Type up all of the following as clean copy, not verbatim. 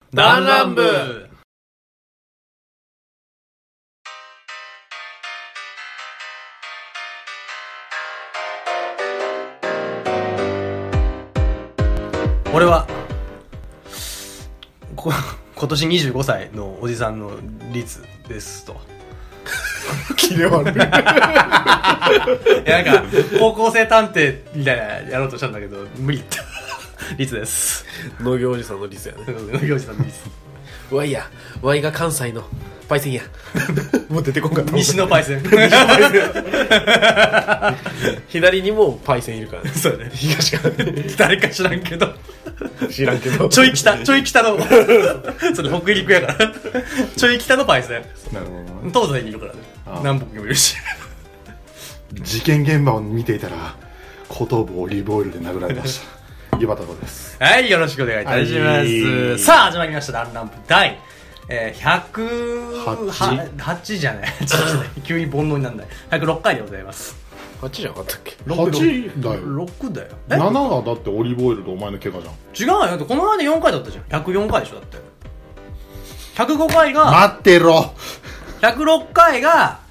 弾丸部。俺は今年25歳のおじさんの律ですと。 キレ悪い。 いやなんか高校生探偵みたいなやろうとしたんだけど無理って。律です。 農業おじさんの律やね。 農業おじさんの律。 わいや、わいが関西のパイセンや。もう出てこんかった。 西のパイセン。 左にもパイセンいるからね。 そうね。 東からね。 誰か知らんけど。 知らんけど。 ちょい北の。それ北陸やから。ちょい北のパイセン。 なるほど。 東西にいるからね。南北にもいるし。 事件現場を見ていたら後頭部をオリーブオイルで殴られました。湯畑です。 はい、よろしくお願いいたします。 はい、 さあ始まりました弾丸部第108じゃない。急に煩悩になんない。106回でございます。 8じゃなかったっけ。 8だよ。 6だよ。 7がだってオリーブオイルとお前の怪我じゃん。 違うよ。だってこの間4回だったじゃん。104回でしょだって。105回が待ってろ。 106回が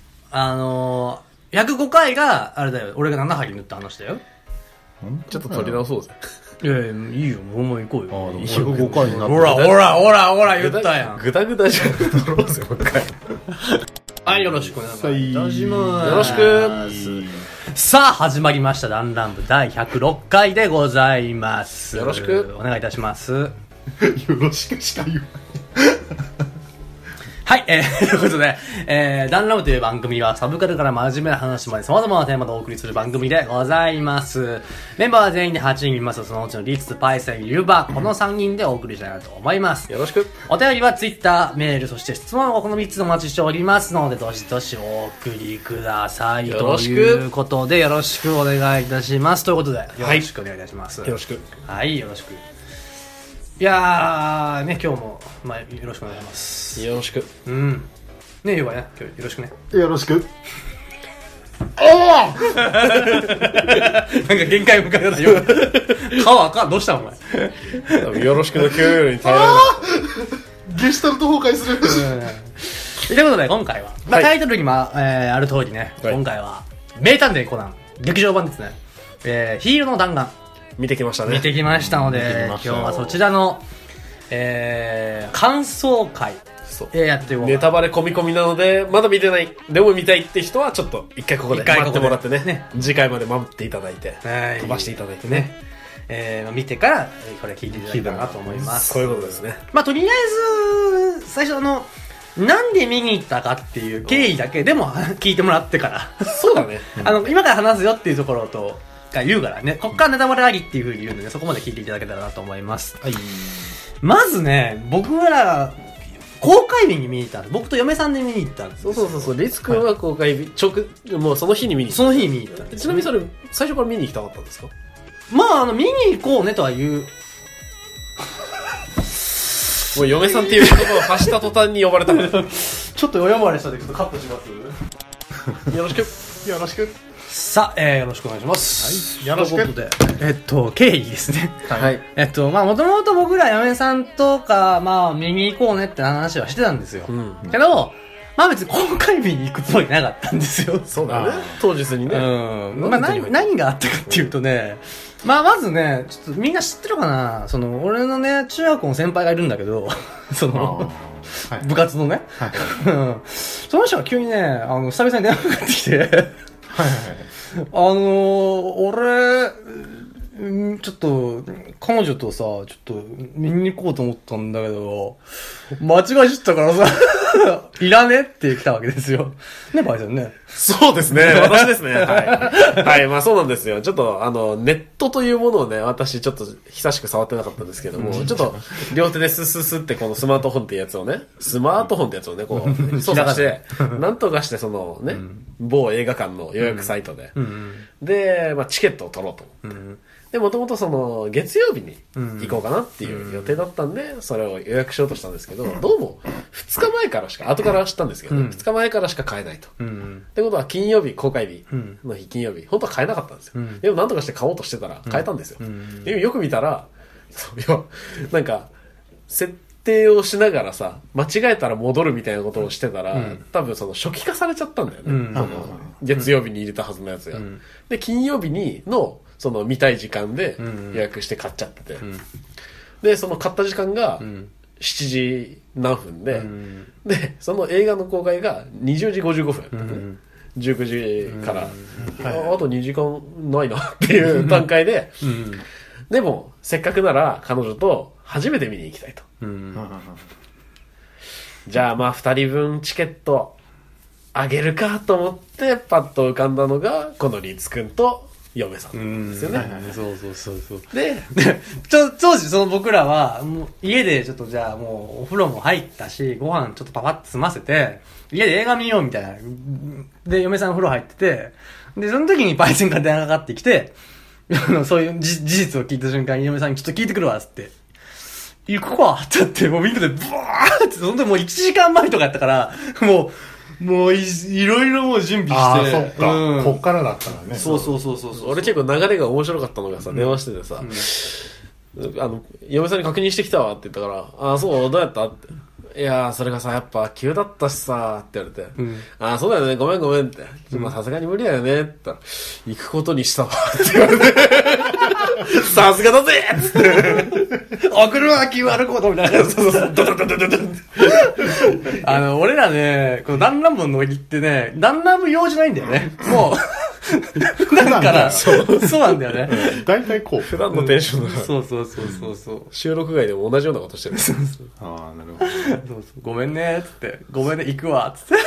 105回があれだよ。俺が7針塗った話だよ。 ちょっと取り直そうぜ。 いやいや、いいよ。もう行こうよ。 105回になってほら言ったやん。 グダグダじゃん。取ろうぜもう一回。 はい、よろしくお願いします。 よろしく。 さあ始まりました弾丸部第106回でございます。 よろしくお願いいたします。 よろしくしか言わない。 はい、ということで、弾丸部という番組はサブカルから真面目な話まで様々なテーマでお送りする番組でございます。メンバーは全員で8人います。そのうちのリツ、パイセン、ユバ、この3人でお送りしたいなと思います。 よろしく。 お便りはツイッター、メール、そして質問はこの3つお待ちしておりますので、どしどしお送りください。 よろしく。 ということで、よろしくお願いいたします。ということで、よろしくお願いいたします。 よろしく。 はい、よろしく。いやー、ね、今日も、よろしくお願いします。 よろしく。 うん。ねえ、ゆうばね、今日よろしくね。 よろしく。 なんか限界迎えたよ。顔赤どうしたお前。 多分よろしくの許容量に耐えられない。 ゲシュタルト崩壊する。 ということで、今回は、タイトルにも、ある通りね、今回は、名探偵コナン、劇場版ですね。ヒーローの弾丸。 見てきましたね。 見てきましたので、今日はそちらの、感想会。やってネタバレ込み込みなので、まだ見てない、でも見たいって人はちょっと一回ここで待ってもらってね。次回まで待っていただいて、飛ばしていただいてね。 見てから、これ聞いていただけたらなと思います。 そういうことですね。 とりあえず、最初なんで見に行ったかっていう経緯だけでも聞いてもらってから。 そうだね。 今から話すよっていうところと、が言うからね、こっからネタバレありっていう風に言うので、そこまで聞いていただけたらなと思います。 はい。 まずね、僕ら、公開日に見に行ったんです。僕と嫁さんで見に行ったんです。 そう。リツ君は公開日、もうその日に見に行った。 その日に見に行った。 ちなみにそれ、最初から見に行きたかったんですか？ 見に行こうねとは言う。 もう嫁さんっていう言葉を発した途端に呼ばれたから。 ちょっと親回りしたんで、ちょっとカットします。 よろしく。 よろしく。 さあ、よろしくお願いします。 はい。よろしく。 ということで、経緯ですね。 はい。 もともと僕ら嫁さんとか、見に行こうねって話はしてたんですよ。けど、別に公開日に行くつもりなかったんですよ。 そうだね。当日にね。 何があったかっていうとね、まずね、ちょっとみんな知ってるかな、俺のね、中学校の先輩がいるんだけど、部活のね、その人が急にね、久々に電話かかってきて、俺、ちょっと、彼女とさ、ちょっと、見に行こうと思ったんだけど、間違えちゃったからさ、いらねって来たわけですよ。ね、バイセンね。 そうですね、私ですね。はい。そうなんですよ。ちょっと、ネットというものをね、私ちょっと久しく触ってなかったんですけども、ちょっと、両手でスッスッスッってこのスマートフォンってやつをね、こう、操作して、なんとかして某映画館の予約サイトで、で、チケットを取ろうと思って。で、もともと月曜日に行こうかなっていう予定だったんで、それを予約しようとしたんですけど、どうも、2日前からしか、後から知ったんですけど、2日前からしか買えないと。ってことは、金曜日、公開日の日、金曜日、本当は買えなかったんですよ。でも、なんとかして買おうとしてたら、買えたんですよ。でも、よく見たら、 定をしながらさ、間違えたら戻るみたいなことをしてたら、多分その初期化されちゃったんだよね。その月曜日に入れたはずのやつが。で、金曜日の、その見たい時間で予約して買っちゃってて。で、その買った時間が、7時何分で、で、その映画の公開が20時55分やったね。19時から、あと2時間ないなっていう段階で、でも、せっかくなら彼女と初めて見に行きたいと。じゃあまあ2人分チケットあげるかと思ってパッと浮かんだのがこのリーツくんと嫁さんですよね。 そうで当時その僕らはもう家でちょっとじゃあもうお風呂も入ったしご飯ちょっとパパッと済ませて家で映画見ようみたいなで嫁さんお風呂入っててでその時にパイセンから電話がかかってきてそういう事実を聞いた瞬間に嫁さんにちょっと聞いてくるわっつって行くかって言って、もうみんなでブワーって、そんでもう1時間前とかやったから、もういろいろもう準備して。 ああ、そっか。こっからだったらね。 そう。 俺結構流れが面白かったのがさ、電話しててさ、嫁さんに確認してきたわって言ったから、あ、そう、どうやったって。いやー、それがさ、やっぱ急だったしさ、って言われて、あ、そうだよね、ごめんって。まあさすがに無理だよね、って言ったら、行くことにしたわ、って言われて、さすがだぜつって、 送るわ、QR コードみたいな。そう、ドドドドドド俺らね、このダンラムの乃木ってね、ダンラム用じゃないんだよね。もう、だから、そうなんだよね。 大体こう。 普段のテンションだから。 そう。 収録外でも同じようなことしてる。 ああ、なるほど。 そうごめんね、つって。ごめんね、行くわ、つって。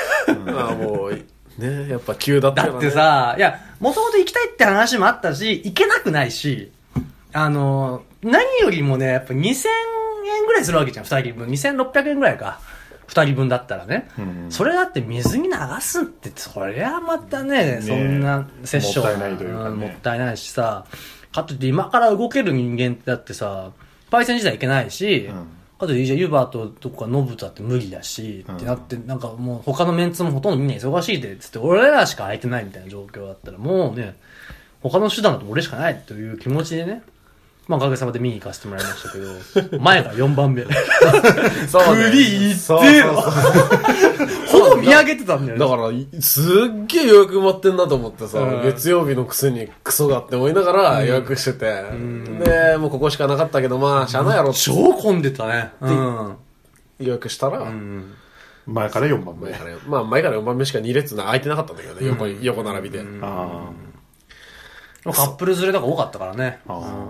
ああ、もう、ね、やっぱ急だったよね。 だってさ、いや、もともと行きたいって話もあったし、行けなくないし、何よりもね、やっぱ2000円ぐらいするわけじゃん、2人分。2600円ぐらいか。2人分だったらね、それだって水に流すって、そりゃまたね、そんなセッション。 もったいないというかね。 もったいないしさ、かといって今から動ける人間ってだってさ、パイセン自体いけないし、かといってじゃあユバととかノブだって無理だし、ってなって、なんかもう他のメンツもほとんどみんな忙しいで、つって俺らしか空いてないみたいな状況だったら、もうね、他の手段だと俺しかないという気持ちでね、まあおかげさまで見に行かせてもらいましたけど、前が4番目。 そうね。 栗行ってよ。ほぼ見上げてたんだよね。 だから、すっげえ予約埋まってんなと思ってさ、月曜日のくせにクソがって思いながら予約してて、で、もうここしかなかったけど、まあ、しゃあないやろって。 超混んでたね。 予約したら、 前から4番目。 まあ、前から4番目しか2列空いてなかったんだけどね、横並びで。 カップル連れとか多かったからね。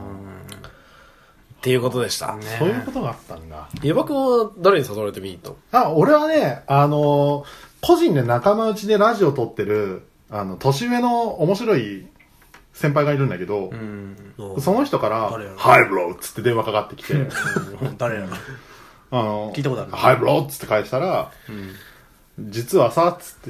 っていうことでした。 そういうことがあったんだ。 ゆばくんは誰に誘われて見に行ったの？俺はね、個人で仲間内でラジオ撮ってる、年上の面白い先輩がいるんだけど、その人から、ハイブローっつって電話かかってきて、 誰やろ聞いたことある。 ハイブローっつって返したら、実はさ、つって、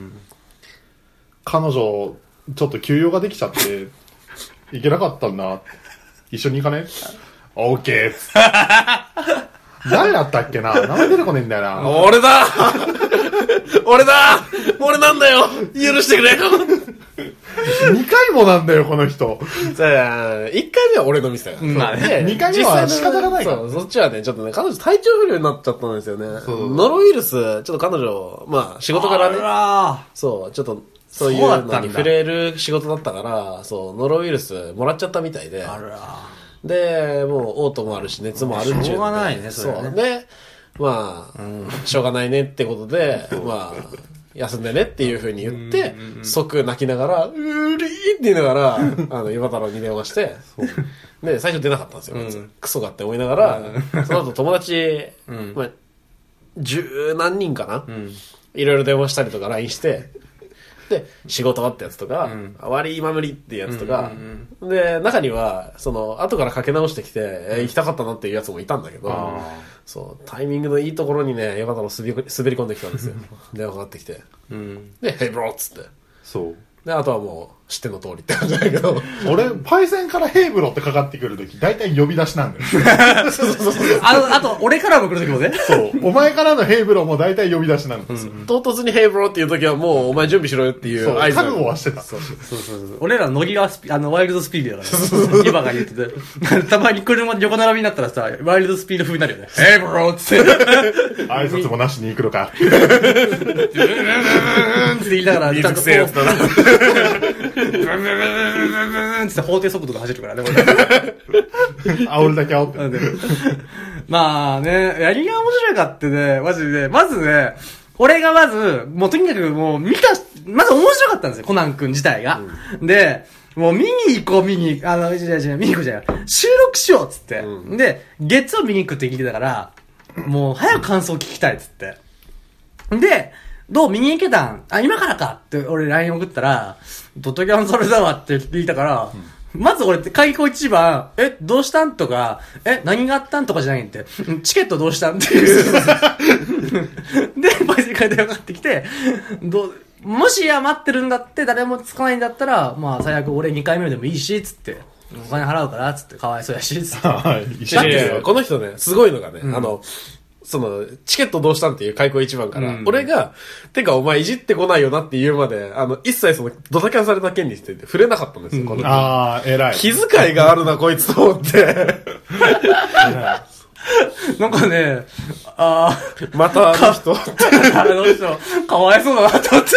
彼女、ちょっと休養ができちゃって、行けなかったんだ。一緒に行かね？オーケー。誰だったっけな？名前出てこねえんだよな。 俺だ俺なんだよ許してくれ 2回もなんだよ、この人。 1回目は俺の店だよ。 まあね。 2回目は仕方がないから。 そう、そっちはね、ちょっとね、彼女体調不良になっちゃったんですよね。ノロウイルス、ちょっと彼女、まあ仕事からね、そう、ちょっと、そういうのに触れる仕事だったから、そう、ノロウイルスもらっちゃったみたいで。で、もう、嘔吐もあるし、熱もあるんちゅう。 しょうがないね、それね。 そう。で、まあ、しょうがないねってことで、まあ、休んでねっていう風に言って、即泣きながら、うーりーって言いながら、岩太郎に電話して、で、最初出なかったんですよ。クソがって思いながら、その後友達、まあ、10何人かな、いろいろ電話したりとか LINE して、で、仕事ってやつとか、悪い今無理ってやつとか、で、中には、後からかけ直してきて、行きたかったなっていうやつもいたんだけど、そう、タイミングのいいところにね、山田の滑り込んできたんですよ。電話かかってきて。で、ヘイブローっつって。 そう。 で、あとはも知っての通りって感じだけど。 俺、パイセンからヘイブロってかかってくるとき、大体呼び出しなんだよ。 あと、俺からも来るときもね。 そう。お前からのヘイブロも大体呼び出しなんだよ。 唐突にヘイブロっていうときはもうお前準備しろよっていう合図。覚悟はしてた。そう。 俺らの乃木はワイルドスピードだから。今が言ってて。たまに車で横並びになったらさ、ワイルドスピード風になるよね。ヘイブロって。 挨拶もなしに行くのか。 って言いながら、 水癖やつだな。 ブンブンブンブンブンって法定速度が走るからね、 煽るだけ煽って。 まあね、やりが面白いかってね、マジで、まずね、俺がまず、もうとにかくもうまず面白かったんですよ、コナン君自体が。で、もう見に行こう、見に行こうじゃない。収録しようっつって。で、月曜見に行くって聞いてたから、もう早く感想聞きたいっつって。で、どう見に行けたん？今からかって俺 LINE 送ったら、ドットキャンそれだわって聞いたから、まず俺って開口一番、どうしたんとか、何があったんとかじゃないんって、チケットどうしたんっていう。で、バイセンから電話かかってきて、もし待ってるんだって誰もつかないんだったら、まあ最悪俺2回目でもいいし、つって。お金払うから、つって、かわいそうやし、つって。 この人ね、すごいのがね、チケットどうしたんっていう開口一番から、俺が、てかお前いじってこないよなって言うまで、一切ドタキャンされた件について触れなかったんですよ、この人。 偉い。 気遣いがあるな、こいつと思って。 なんかね、 またあの人。 かわいそうだなと思って。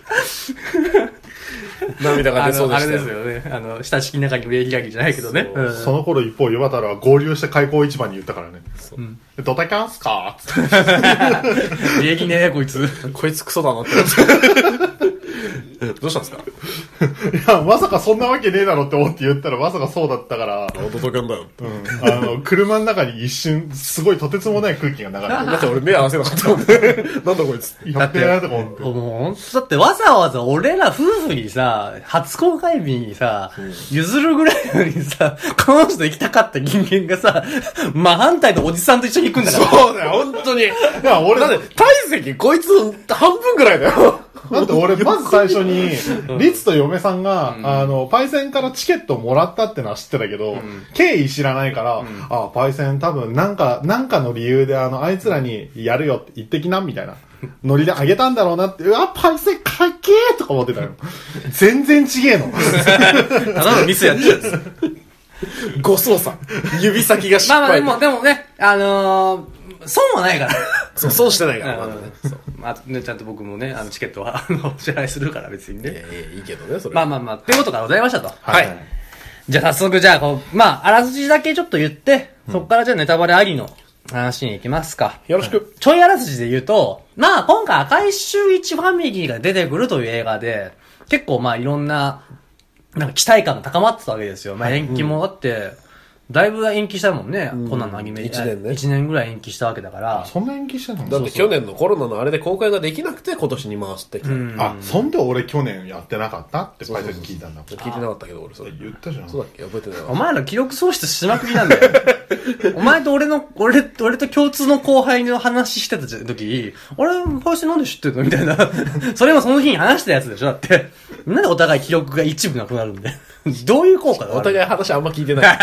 涙が出そうでした。 あれですよね。下敷きの中に上着じゃないけどね。 その頃一方、岩太郎は合流して開口一番に言ったからね。ドタキャンすかーって。 上着ねこいつ。 こいつクソだなって思って。どうしたんですか？ いや、まさかそんなわけねえだろって思って言ったら、まさかそうだったから。 ドタキャンだよ。 車の中に一瞬、すごいとてつもない空気が流れてる。 だって俺目合わせなかったもんね。なんだこいつ。 やってやるとか思って。 もう、だってわざわざ俺ら夫婦にさ、初公開日にさ、譲るぐらいのにさ、この人行きたかった人間がさ、真反対のおじさんと一緒に行くんだから。 そうだよ、本当に。いや、俺だって、体積こいつ半分ぐらいだよ。 だって俺、まず最初に、リツと嫁さんが、パイセンからチケットをもらったってのは知ってたけど、経緯知らないから、パイセン多分なんかの理由であいつらにやるよって言ってきな、みたいな。ノリであげたんだろうなって、パイセンかっけーとか思ってたよ。全然ちげえの。 ただのミスやっちゃう。 誤操作。指先が失敗。 まあでもね、損はないから。 そう、損してないから。 ちゃんと僕もね、チケットは、支払いするから別にね。 いいけどね、それ。 まあ、っていうことがございましたと。 はい。 じゃあ早速、あらすじだけちょっと言って、そっからじゃあネタバレありの話に行きますか。 よろしく。 ちょいあらすじで言うと、今回赤い周一ファミリーが出てくるという映画で、結構いろんな、期待感が高まってたわけですよ。延期もあって、だいぶ延期したもんね、コナンのアニメ。 1年ね。 1年ぐらい延期したわけだから。 そんな延期したの？ だって去年のコロナのあれで公開ができなくて今年に回してきた。 そんで俺去年やってなかったってパイセンに聞いたんだ。 聞いてなかったけど俺それ。 言ったじゃん。 そうだっけ？覚えてないわ。 お前ら記録喪失しまくりなんだよ。お前と俺と共通の後輩の話してた時、パイセンなんで知ってんのみたいな。それもその日に話したやつでしょだって。なんでお互い記録が一部なくなるんで。どういう効果だ？ お互い話あんま聞いてない。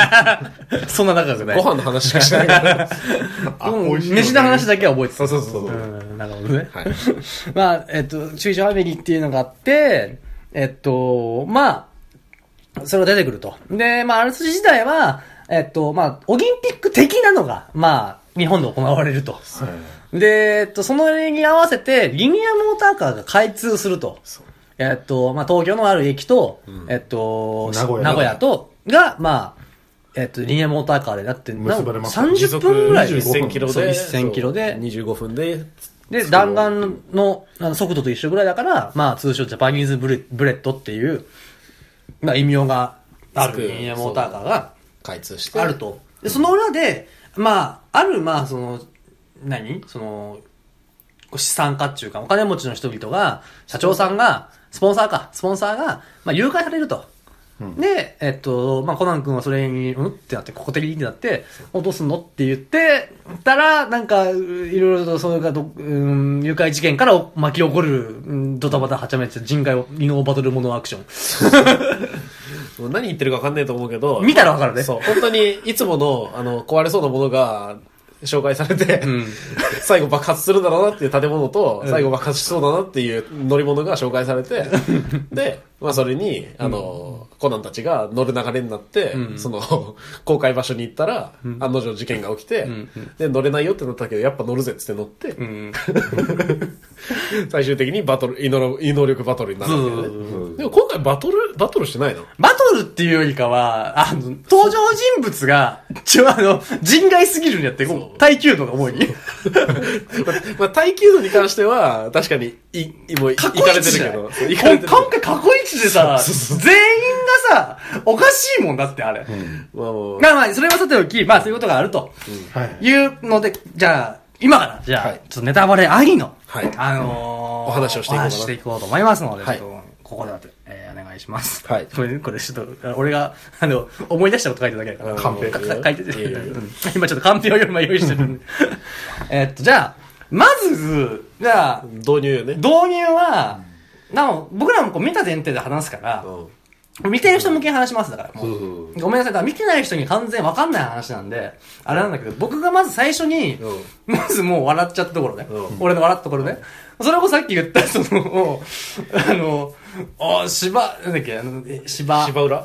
そんな仲良くない。 ご飯の話しかしないから。 飯の話だけは覚えてた。 そう。 なるほどね。はい。中小ファミリーっていうのがあって、それが出てくると。で、あらすじ自体は、オリンピック的なのが、日本で行われると。で、その例に合わせて、リニアモーターカーが開通すると。東京のある駅と、名古屋と、が、リニアモーターカーで、だって、30分ぐらいで、 1000キロで、 1000キロで、 25分で、 で、弾丸の速度と一緒ぐらいだから、通称ジャパニーズブレッドっていう、異名があるリニアモーターカーが、 開通して。 あると。で、その裏で、資産家っていうか、お金持ちの人々が、社長さんが、スポンサーが、誘拐されると。 で、まあ、コナン君はそれに、ってなって、ここ的にってなって、どうすんのって言って、たら、なんか、いろいろとそれが誘拐事件から巻き起こる、ドタバタはちゃめちゃ人海異能バトルモノアクション。何言ってるか分かんないと思うけど。 見たら分かるね。 そう、本当にいつもの、壊れそうなものが、紹介されて、最後爆発するだろうなっていう建物と、最後爆発しそうだなっていう乗り物が紹介されて、で、まあそれに、コナンたちが乗る流れになって、その、公開場所に行ったら、案の定事件が起きて、で、乗れないよってなったけど、やっぱ乗るぜって乗って、最終的に異能力バトルになるんだよね。でも今回バトルしてないの？ バトルっていうよりかは、登場人物が、人外すぎるんやって、耐久度が重い。 まあ、耐久度に関しては、確かに、もう、いかれてるけど。 今回過去一でさ、全員がさ、おかしいもんだって、あれ。まあまあ、それはさておき、まあそういうことがあると。いうので、じゃあ、今から、じゃあ、ちょっとネタバレありの、 お話をしていこうと思いますので、ここでお願いします。 はい。 これちょっと、俺が、思い出したこと書いてるだけだから。 カンペ。 書いてて。今ちょっとカンペを用意してるんで。じゃあ、まず、じゃあ、 導入よね。 導入は、僕らもこう見た前提で話すから、見てる人向けに話しますだから、もう。ごめんなさい。だから見てない人に完全わかんない話なんで、あれなんだけど、僕がまず最初に、まずもう笑っちゃったところね。俺の笑ったところね。それこそさっき言った、なんだっけ、芝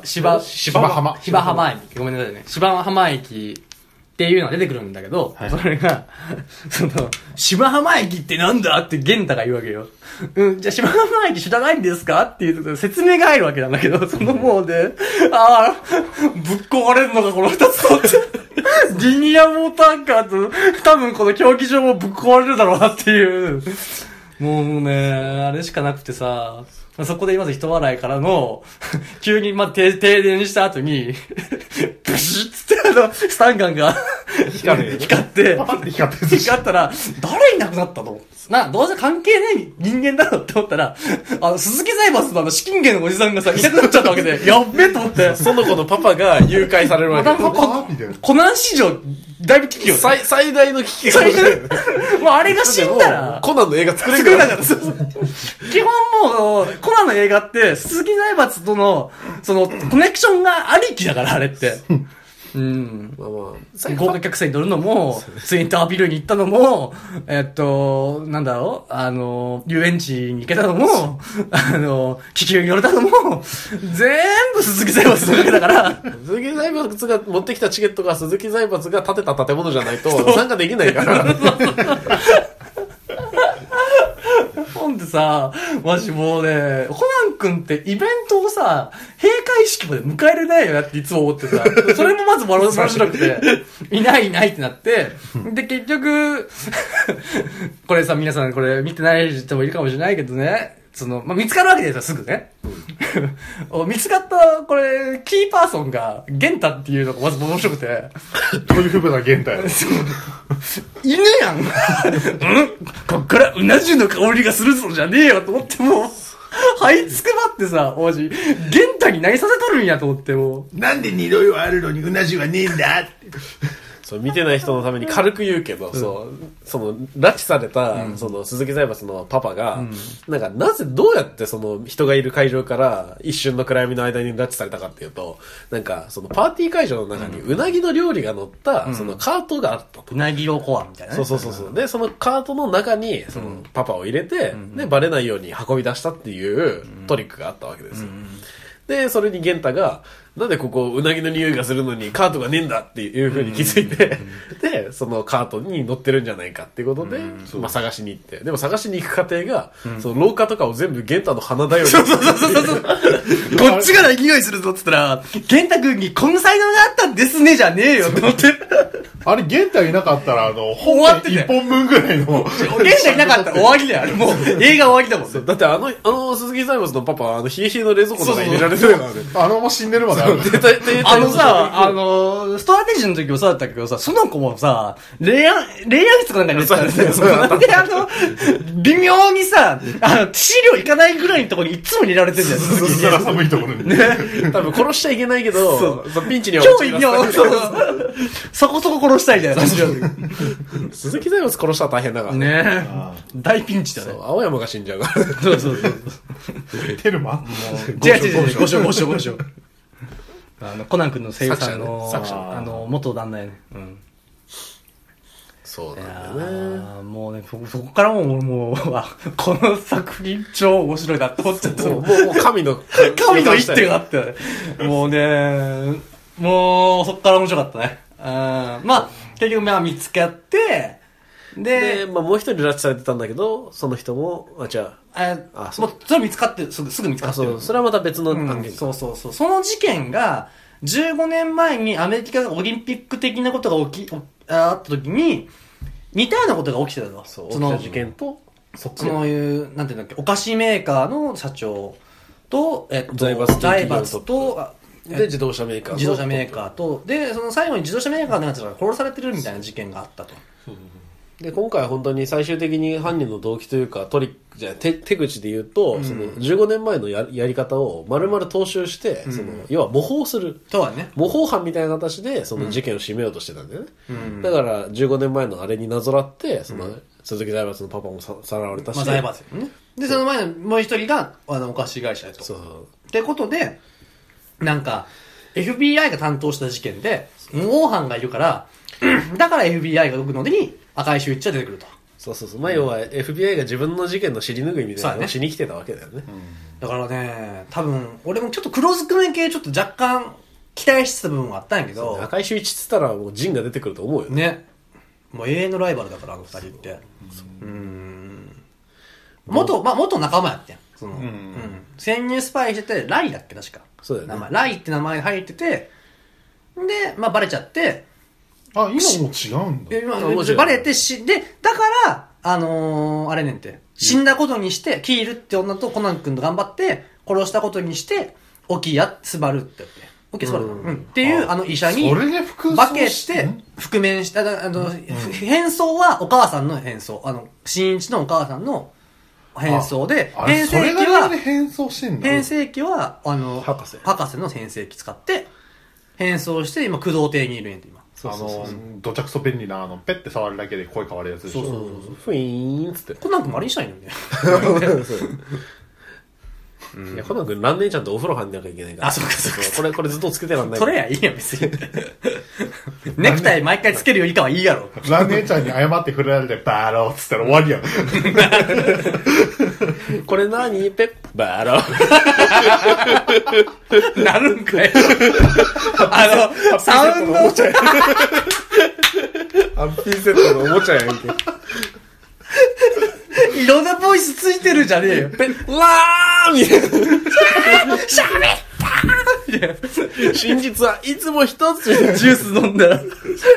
浜駅。ごめんなさいね。芝浜駅っていうのが出てくるんだけど、それが、芝浜駅ってなんだって玄太が言うわけよ。じゃあ芝浜駅知らないんですかっていう説明が入るわけなんだけど、そのもうね、ぶっ壊れるのがこの二つとって、リニアモーターカーと、多分この競技場もぶっ壊れるだろうなっていう、もうね、あれしかなくてさ、そこでまず一笑いからの、急に停電した後に、ブシッつってスタンガンが光って、光ったら、誰いなくなったの？どうせ関係ない人間だろって思ったら、鈴木財閥の資金源のおじさんがさ、いなくなっちゃったわけで、やっべえと思って。 その子のパパが誘拐されるわけで。 コナン史上、だいぶ危機よ。 最大の危機が。 もうあれが死んだら、 コナンの映画作れなかった。 基本もう、コナンの映画って、鈴木財閥との、コネクションがありきだから、あれって。豪華客船に乗るのも、ツインタービルに行ったのも、なんだろう、遊園地に行けたのも、気球に乗れたのも、全部鈴木財閥のおかげだから。 鈴木財閥が持ってきたチケットが鈴木財閥が建てた建物じゃないと参加できないから。 ほんでさ、マジもうね、コナン君ってイベントをさ、閉会式まで迎えれないよなっていつも思ってさ、それもまず面白くて、いないってなって、で、結局、これさ、皆さんこれ見てない人もいるかもしれないけどね、見つかるわけですよ、すぐね。見つかった、これ、キーパーソンが、ゲンタっていうのがまず面白くて。 どういう風なゲンタやろ。 犬やんこっからうな重の香りがするぞじゃねえよと思ってもう、這いつくばってさ、マジ、ゲンタに何させとるんやと思ってもう。なんで二度はあるのにうな重はねえんだって。 そう、見てない人のために軽く言うけど、拉致された、鈴木財閥のパパが、どうやって人がいる会場から一瞬の暗闇の間に拉致されたかっていうと、パーティー会場の中にうなぎの料理が乗った、カートがあったと。 うなぎをコアみたいなね。 そう。で、そのカートの中に、パパを入れて、で、バレないように運び出したっていうトリックがあったわけですよ。で、それに玄太が、なんでここうなぎの匂いがするのにカートがねえんだっていう風に気づいて、で、そのカートに乗ってるんじゃないかっていうことで、探しに行って。でも探しに行く過程が、その廊下とかを全部玄太の鼻だより。 そう。こっちから勢いするぞって言ったら、玄太君にこの才能があったんですねじゃねえよって思って。 あれ、玄太いなかったら、 終わって 1本分ぐらいの。 玄太いなかったら終わりだよ。もう、映画終わりだもんね。 だって鈴木財閥のパパ、冷え冷えの冷蔵庫とか入れられてるからね。 あのまま死んでるまである。 ストラテジーの時もそうだったけどさ、その子もさ、恋愛室かなんかに言ってたんですよ。で、微妙にさ、資料いかないぐらいのところにいつも入れられてるんだよ。 寒いところに。 ね。多分殺しちゃいけないけど、ピンチには超いいよ。そこそこ殺したいみたいな感じだ。 鈴木財閥殺したら大変だからね。大ピンチだね。 青山が死んじゃうから。 そう。 テルマ違う、五章。コナン君の声優さんの、元旦那やね。うん。 そうなんだよね。 もうね、そこからもう、この作品超面白いなって思っちゃった。 もう神の一手があって。もうね、もうそこから面白かったね。結局見つかって、で、 もう一人拉致されてたんだけど、その人も、もうそれ見つかって、すぐ見つかってる。 それはまた別の案件。 そう。その事件が、15年前にアメリカがオリンピック的なことがあった時に、似たようなことが起きてたの。 その事件と、 そういう、なんていうんだっけ、お菓子メーカーの社長と、 財閥と、 で、自動車メーカーと、で、その最後に自動車メーカーのやつが殺されてるみたいな事件があったと。 で、今回は本当に最終的に犯人の動機というか、手口で言うと、その15年前のやり方を丸々踏襲して、要は模倣する。 そうだね。 模倣犯みたいな形で、その事件を締めようとしてたんだよね。だから、15年前のあれになぞらって、鈴木財閥のパパもさらわれたし。 財閥よね。で、その前のもう一人が、お菓子会社と。そう。ってことで、なんか、FBI が担当した事件で、模倣犯がいるから、だから FBI が動くのに、赤い周知は出てくると。 そう。要は FBI が自分の事件の尻拭いみたいなのをしに来てたわけだよね。 だからね、多分、俺もちょっと黒ずくめ系ちょっと若干期待してた部分があったんやけど。 赤い周知って言ったらもうジンが出てくると思うよね。もう永遠のライバルだから、あの二人って。元仲間やってん。潜入スパイしてて、ライだっけ確か。 そうだよね。 ライって名前入ってて、で、バレちゃって、 今もう違うんだ。 バレてで、だから、あれねんて、死んだことにして、キールって女とコナン君と頑張って、殺したことにして、沖谷スバルって言って、沖谷スバルっていう医者に、化けして、覆面した、変装はお母さんの変装、新一のお母さんの変装で、変声機は、変声機は、博士の変声機使って、変装して、今、駆動艇にいるんやんて、今。 どちゃくそ便利な、ペッて触るだけで声変わるやつでしょ。 そう。 ふいーんっつって。 コナン君もあれにしたいのね。 いや、コナン君、ランネーちゃんとお風呂入んなきゃいけないから。 そうか。 これずっとつけてらんない。 それや、いいや、別に。ネクタイ毎回つけるよりかはいいやろ。 ランネーちゃんに謝って振られて、バーローっつったら終わりやん。これ何ペッ、バーロー。なるんかい。サウンド。 ハッピーセットのおもちゃやんけ。 いろんなボイスついてるじゃねえよ。 ペッ、ラーみたいな。 しゃべった真実はいつも一つ。 ジュース飲んだら。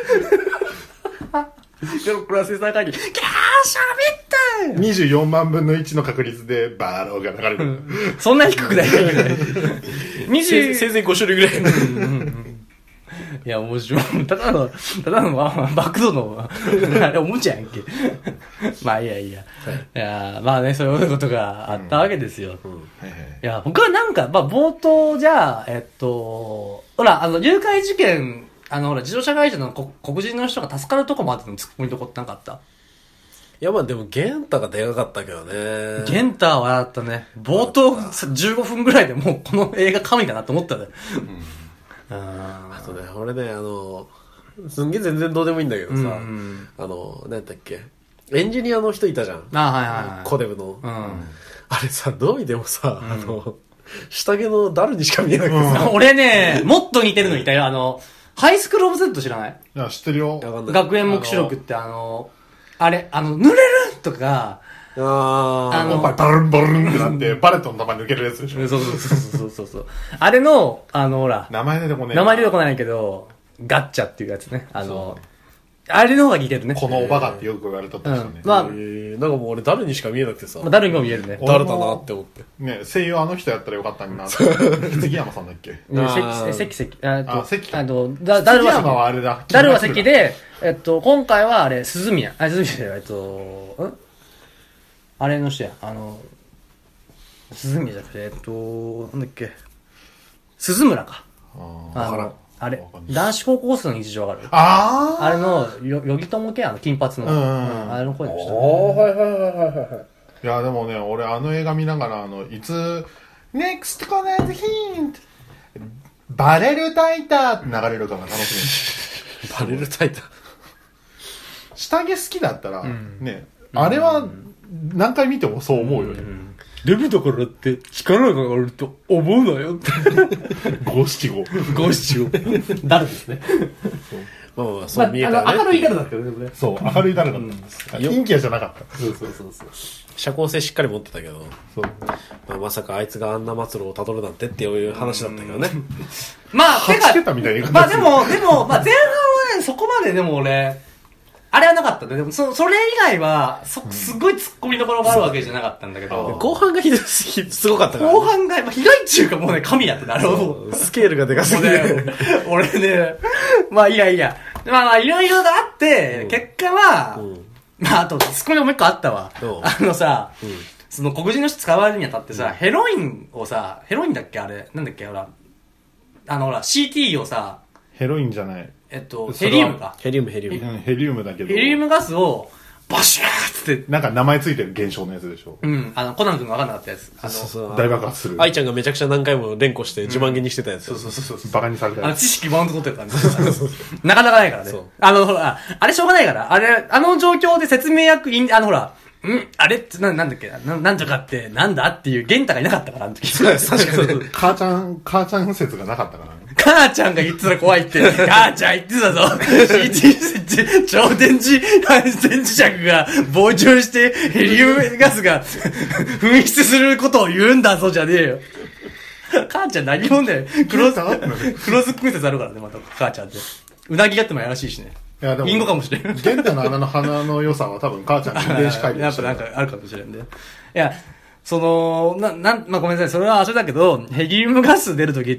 プラス3回に、キャーしゃべった 24万分の1の確率でバーローが流れる。 そんな低くない。 せいぜい5種類ぐらい。 いや、面白い。ただのバクドの、あれおもちゃやんけ。まあいや。いや、まあね、そういうことがあったわけですよ。いや、僕はなんか、冒頭じゃあ、ほら、誘拐事件、自動車会社の黒人の人が助かるとこまでの突っ込みとこってなかった？ いや、でも、ゲンタがでかかったけどね。 ゲンタはあったね。冒頭15分ぐらいでもうこの映画神だなと思ったね。 あとね、俺ね、すんげえ全然どうでもいいんだけどさ、何やったっけ、エンジニアの人いたじゃん。コデブの。あれさ、どう見てもさ、下着のダルにしか見えなくてさ。 俺ね、もっと似てるのいたよ。ハイスクールオブ Z 知らない？ いや、知ってるよ。 学園目視録ってあれ、濡れるとか、 バルンバルンってなって、パレットの玉抜けるやつでしょ。 そう。あれの、ほら。 名前出てこない。 名前出てこないけど、ガッチャっていうやつね。 あれの方が似てるね。 このおバカってよく言われたってね。 まあ、 なんかもう俺誰にしか見えなくてさ。 誰にも見えるね。 誰だなって思って。 ね、声優あの人やったらよかったんだな。杉山さんだっけ？ 関。 関。 ダルはあれだ。 ダルは関で、今回はあれ、鈴宮。鈴宮じゃない、あれの人や。鈴宮じゃなくて、なんだっけ。鈴村か。あれ、男子高校生の日常わかる？あれの、よぎとも系金髪の。あれの声の人。 はい。 いや、でもね、俺あの映画見ながら、いつ、NEXT コナーズヒントバレルタイターって流れるかが楽しみ。バレルタイター下着好きだったら、ね、あれは何回見てもそう思うよね。 デブだからって力があると思うなよって。 五七五。 五七五。誰ですね。 まあ、そう見えたね。 明るい誰だったよね、 そう、明るい誰だったんです。陰キャじゃなかった。 そう。 社交性しっかり持ってたけど、まさかあいつがあんな末路をたどるなんてっていう話だったけどね。 まあ、手が、 まあでも、前半はね、そこまででも俺、あれはなかったね。でも、それ以外は、すごい突っ込みどころがあるわけじゃなかったんだけど。 後半がすごかったから、 後半が、被害中がもうね、神やってなるほど。 スケールがでかすぎて。 俺ね、まあいや。まあいろいろあって、結果は、まああと、突っ込みもう一個あったわ。さ、その黒人の人使われるにあたってさ、ヘロインだっけあれ、なんだっけほら、CT をさ、 ヘロインじゃない。 ヘリウムか。 ヘリウム。 ヘリウムだけど。 ヘリウムガスを、バシューって。 なんか名前ついてる現象のやつでしょ。 コナン君が分かんなかったやつ。 大爆発する。 愛ちゃんがめちゃくちゃ何回も連呼して自慢げにしてたやつ。 そう。 バカにされたやつ。 知識バウンド取ってる感じ。なかなかないからね。ほら、あれしょうがないから。あれ、状況で説明役ほら、あれってなんだっけなんとかってなんだっていう玄太がいなかったから、あの時。 確かに。 母ちゃん説がなかったから。 母ちゃんが言ってたら怖いって。母ちゃん言ってたぞ。超電磁石が膨張してヘリウムガスが噴出することを言うんだぞじゃねえよ。母ちゃん何もね、黒ずっくん説あるからね、また母ちゃんって。うなぎやってもやらしいしね。 いやでも、 リンゴかもしれん。 玄太の穴の鼻の良さは多分母ちゃんの遺伝子改良してる。 やっぱなんかあるかもしれんで。いや、まあ、ごめんなさい、それは忘れたけど、ヘリウムガス出るときって、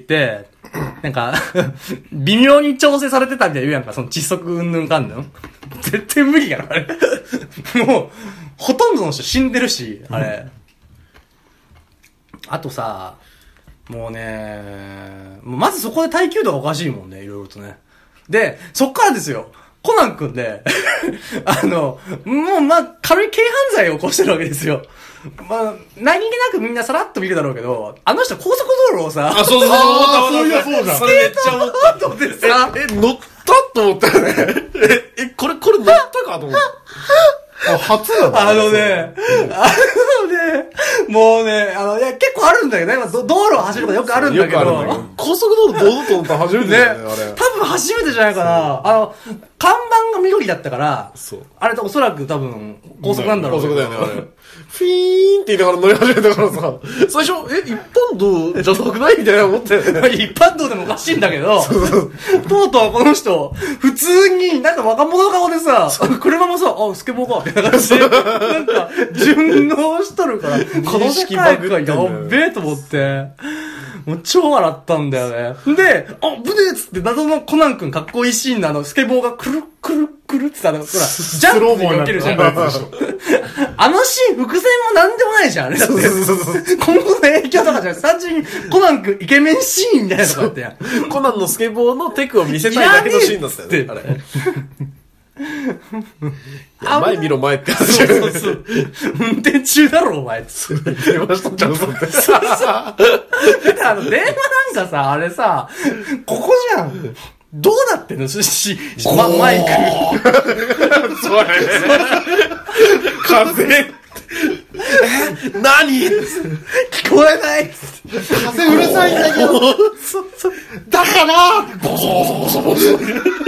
なんか、微妙に調整されてたみたいな言うやんか、その窒息うんぬんかんぬん。絶対無理やろ、あれ。もう、ほとんどの人死んでるし、あれ。あとさ、もうね、まずそこで耐久度がおかしいもんね、いろいろとね。で、そっからですよ。コナン君で、もう軽い軽犯罪を起こしてるわけですよ。まあ、何気なくみんなさらっと見るだろうけど、あの人高速道路をさ、 そうじゃん。 スケートボードでさ、 乗ったと思ったよね。これ乗ったかと思った。 初だね、もうね、いや、結構あるんだけどね、道路を走ることよくあるんだけど、 高速道路堂々と思ったら初めてだよね、あれ。 多分初めてじゃないかな。看板が緑だったから、あれおそらく多分、高速なんだろう。 高速だよね、あれ。フィーンって言いながら乗り始めたからさ、最初、一般道じゃなくないみたいな思って。 一般道でもおかしいんだけど、とうとうこの人、普通になんか若者顔でさ、車もさ、スケボーか、みたいな感じで、なんか、順応しとるから、この世界がやっべえと思って、もう超笑ったんだよね。で、ブネーっつって謎のコナン君かっこいいシーンのスケボーがくるくるくるってさ、ほら、ジャンプで避けるじゃん。あのシーン、伏線もなんでもないじゃん、あれだって。今後の影響とかじゃなくて、単純にコナン君イケメンシーンみたいなとかってやん。 コナンのスケボーのテクを見せたいだけのシーンだったよね、あれ。前見ろ前って話。 そう。運転中だろお前って。 電話しとっちゃうぞって。 電話なんかさ、あれさ、ここじゃん。どうなってんのマイク。 そうね。風。何聞こえない風うるさいんだけど。だからボソボソボソ。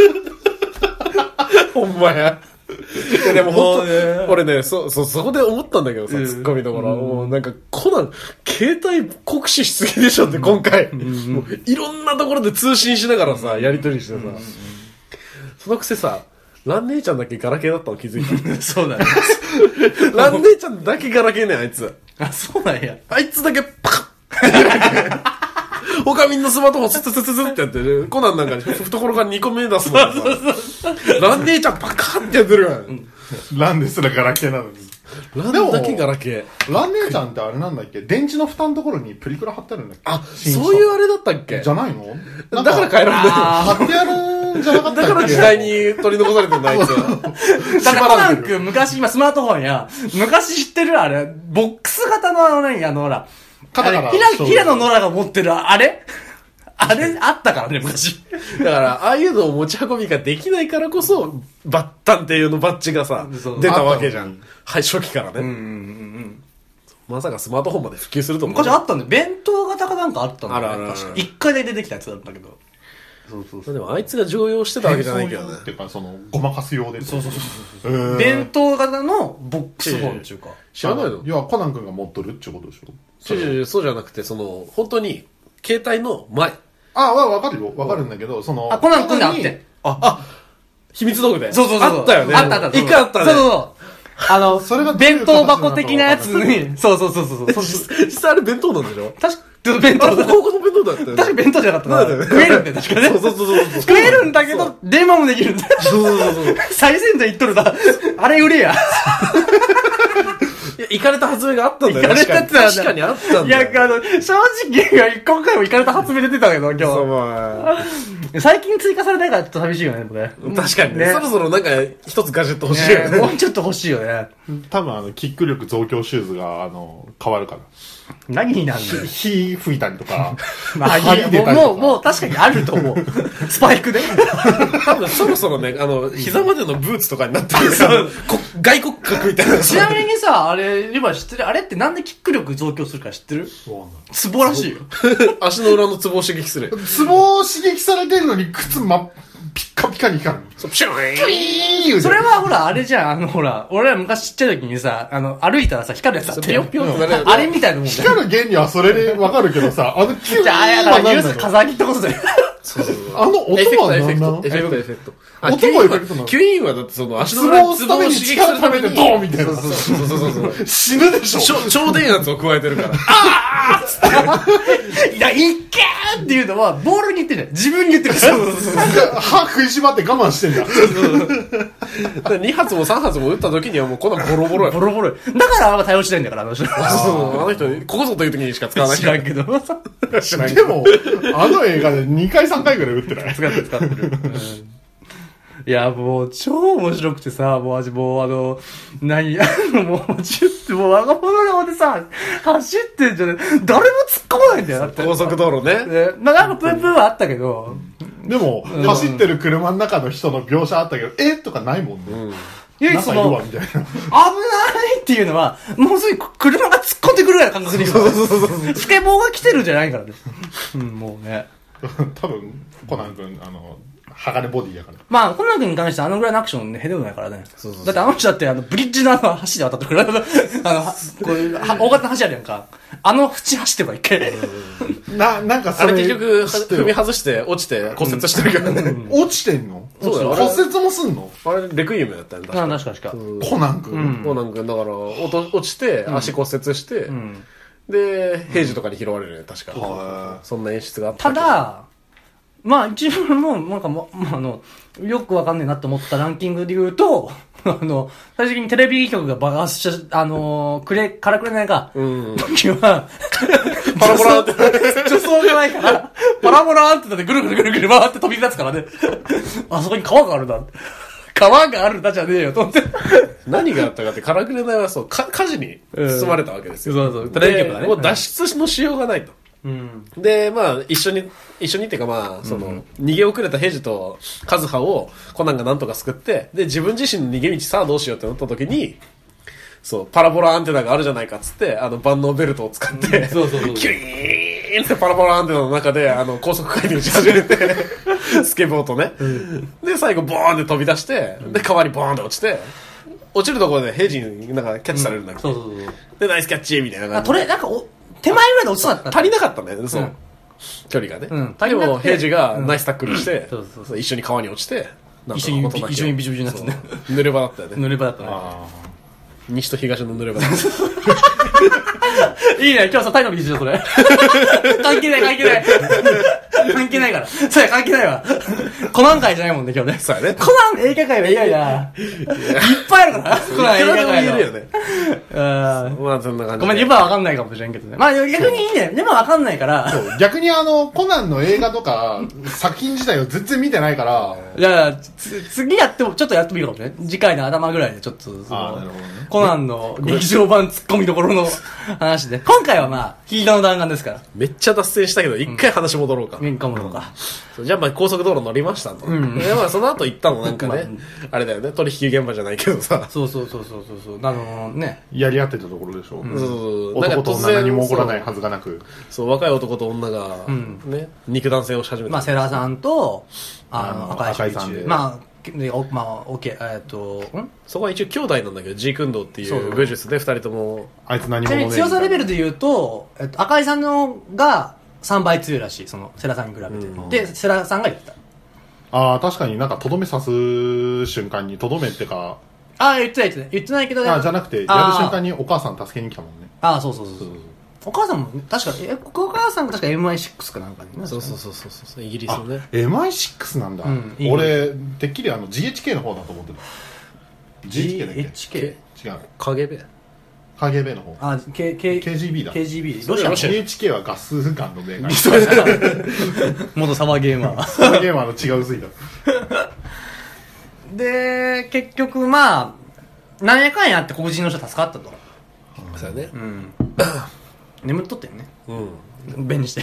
ほんまや。いやでも本当、俺ね、そこで思ったんだけどさ、ツッコミどころ。もうなんか、コナン、携帯酷使しすぎでしょって今回。もういろんなところで通信しながらさ、やりとりしてさ。そのくせさ、 ラン姉ちゃんだけガラケーだったの気づいた。 そうだね。 ラン姉ちゃんだけガラケーね、あいつ。 あ、そうなんや。 あいつだけパカッ他みんなスマートフォンスツツツツってやってる。コナンなんか懐から2個目出すのさ。ラン姉ちゃんパカッってやってるから。 ランですらガラケーなのに。 ランだけガラケー。ラン姉ちゃんってあれなんだっけ、電池の蓋のところにプリクラ貼ってあるんだっけ。 あ、そういうあれだったっけじゃないの？ だから変えられない。 貼ってあるんじゃなかったっけ。 だから時代に取り残されてるんだ、あいつ。 だからコナン君昔、今スマートフォンや、昔知ってるあれ、ボックス型のほら、平野ノラが持ってるあれあれあったからね、昔。 だから、ああいうのを持ち運びができないからこそ、バッタンっていうのバッジがさ、出たわけじゃん。はい、初期からね。まさかスマートフォンまで普及すると思う。 昔あったんだよ。弁当型かなんかあったんだよ。 あら。 一回で出てきたやつだったけど。 そう。でもあいつが常用してたわけじゃないけどね。 っていうか、ごまかす用で。 そう。弁当型のボックスフォンっていうか。 知らないの？ いや、コナン君が持っとるってことでしょ。 そうじゃなくて、本当に、携帯の前。 わかるよ。わかるんだけど、 コナン君であって。 秘密道具で。 そう。 あったよね。 あった。 一回あったね。 そう。それが弁当箱的なやつに、そう。 実際あれ弁当なんでしょ？ 確か弁当だ。 高校の弁当だったよね。 確か弁当じゃなかったな。食えるんだよ、確かね。 そう。 食えるんだけど、電話もできるんだよ。 そう。 最先端言っとるな。あれ売れや。 いや、行かれた発明があったんだよ。 確かにあったんだよ。 いや、正直、今回も行かれた発明出てたけど、今日は。最近追加されないからちょっと寂しいよね、これ。 確かにね。そろそろなんか、一つガジェット欲しいよね。 もうちょっと欲しいよね。 多分キック力増強シューズが、変わるから。 何になるの？ 火吹いたりとか。 もう確かにあると思う。スパイクで。 多分そろそろね、膝までのブーツとかになってるさ、外国格みたいな。 ちなみにさ、あれ、今知ってる？あれってなんでキック力増強するか知ってる？ツボらしいよ。 足の裏のツボを刺激する。 ツボを刺激されてるのに靴ピッカピカに光る。 そう、ピシューンそれはほら、あれじゃん、俺ら昔ちっちゃい時にさ、歩いたらさ、光るやつあって。 ピヨピヨってなる。 あれみたいなもんじゃん。 光る原理はそれでわかるけどさ、キューンは何なの？風上げってことだよ。 そう。音は何なの？ エフェクト。 音もエフェクトなの？ キュイーンはだって足の裏にツボを刺激するために、 ドーンみたいな。 そう。 死ぬでしょ。 超電圧を加えてるから。 あーいや、いっけーっていうのは、ボールに言ってるじゃん。自分に言ってるから。 歯食いしばって我慢してんだ。 2発も3発も撃った時にはもうこんなボロボロや。 ボロボロ。だからあんま対応しないんだから、あの人。 あの人、ここぞという時にしか使わない。 知らんけど。 でも、あの映画で2回3回ぐらい撃ってない？ 使ってる。いや、もう、超面白くてさ、もう、もう、もう、若者顔でさ、走ってんじゃね誰も突っ込まないんだよ、だって。 高速道路ね。 なんかプンプンはあったけど。 でも、走ってる車の中の人の描写あったけど、とかないもんね。 唯一危ないっていうのは、もうすぐ車が突っ込んでくるぐらいの感覚でいいの。スケボーが来てるんじゃないからね。もうね。 多分、コナン君、鋼ボディやから。 まあ、コナン君に関してはぐらいのアクションね、へでもないからね。だって人だってブリッジの橋で渡ってくる。こういう、大型の橋あるやんか。縁走ってば一回。 なんかそれ。 あれ結局、踏み外して落ちて骨折してるけどね。 落ちてんの？ そうだよ。 骨折もすんの？ あれ、レクイエムだったんだ。 確か。 コナン君。 コナン君、だから、落ちて、足骨折して、で、平時とかに拾われるね、確か。そんな演出があった。 ただ、まあ一番もう、なんかよくわかんねえなって思ったランキングで言うと、最終的にテレビ局が爆発した、からくれないか、時は、 パラボラーって、 助走がないから、パラボラーってってぐるぐる回って飛び立つからね、あそこに川があるんだ。川があるんだじゃねえよ、と思って。 何があったかって、からくれないはそう、火事に包まれたわけですよ。 そう。テレビ局だね。 もう脱出のしようがないと。で、まあ、一緒にっていうかまあ、逃げ遅れたヘジとカズハをコナンがなんとか救って、で、自分自身の逃げ道さあどうしようってなった時に、そう、パラボラアンテナがあるじゃないかっつって、万能ベルトを使って、キュイーンってパラボラアンテナの中で、高速回転し始めて、スケボーとね。で、最後ボーンって飛び出して、で、川にボーンって落ちて、落ちるところでヘジになんかキャッチされるんだけど、で、ナイスキャッチみたいな感じで。 なんか手前ぐらいで落ちそうだった。 足りなかったんだよね、そう。距離がね。でも、ヘイジがナイスタックルして、一緒に川に落ちて、 一緒にびちょびちょになってね。 濡れ場だったよね。 濡れ場だったね。 西と東の濡れ場だった。 いいね、今日さ、タイのビーチだ、それ。関係ない。関係ないから。それ関係ないわ。コナン会じゃないもんね、今日ね。 そうやね。 コナン映画界はいやいや。いっぱいあるから。コナン映画界は。 言えるよね。 まあそんな感じ。 ごめん、今はわかんないかもしれんけどね。まあ逆にいいね。今わかんないから。 逆にコナンの映画とか、作品自体を全然見てないから。 いや、次やっても、ちょっとやってみるかもね。次回の頭ぐらいでちょっと、コナンの劇場版ツッコミどころの話で。今回はまあ、ヒーローの弾丸ですから。 めっちゃ脱線したけど、一回話戻ろうか。じゃあまあ高速道路乗りましたと。でまあその後行ったのなんかね、あれだよね、取引現場じゃないけどさ。 そう。ね。 やり合ってたところでしょ。 男と女何も起こらないはずがなく。 そう、若い男と女が、ね、肉弾戦をし始めた。 まあ世良さんと、赤井さんで。まあ、 そこは一応兄弟なんだけど、ジークンドーっていう武術で二人とも。 あいつ何もね。 強さレベルで言うと、赤井さんのが3倍強いらしい、その、世良さんに比べて。で、世良さんが言った。 ああ、確かになんかとどめ刺す瞬間に、とどめってか。 言ってないけどね。 じゃなくて、やる瞬間にお母さん助けに来たもんね。 そう。お母さんも、確か、お母さんが確か MI6 かなんかにね。 そう。イギリスのね。 MI6 なんだ。俺、てっきりGHK の方だと思ってた。GHK だっけ ?HK? 違う。KGB の方。KGB だ。 KGB。 ロシアの GHK はガスガンのメーカー。 元サマーゲーマー。 サマーゲーマーの違う薄いだ。 で、結局まあ、なんやかんやって黒人の人助かったと。 そうやね。 眠っとったよね。便利して。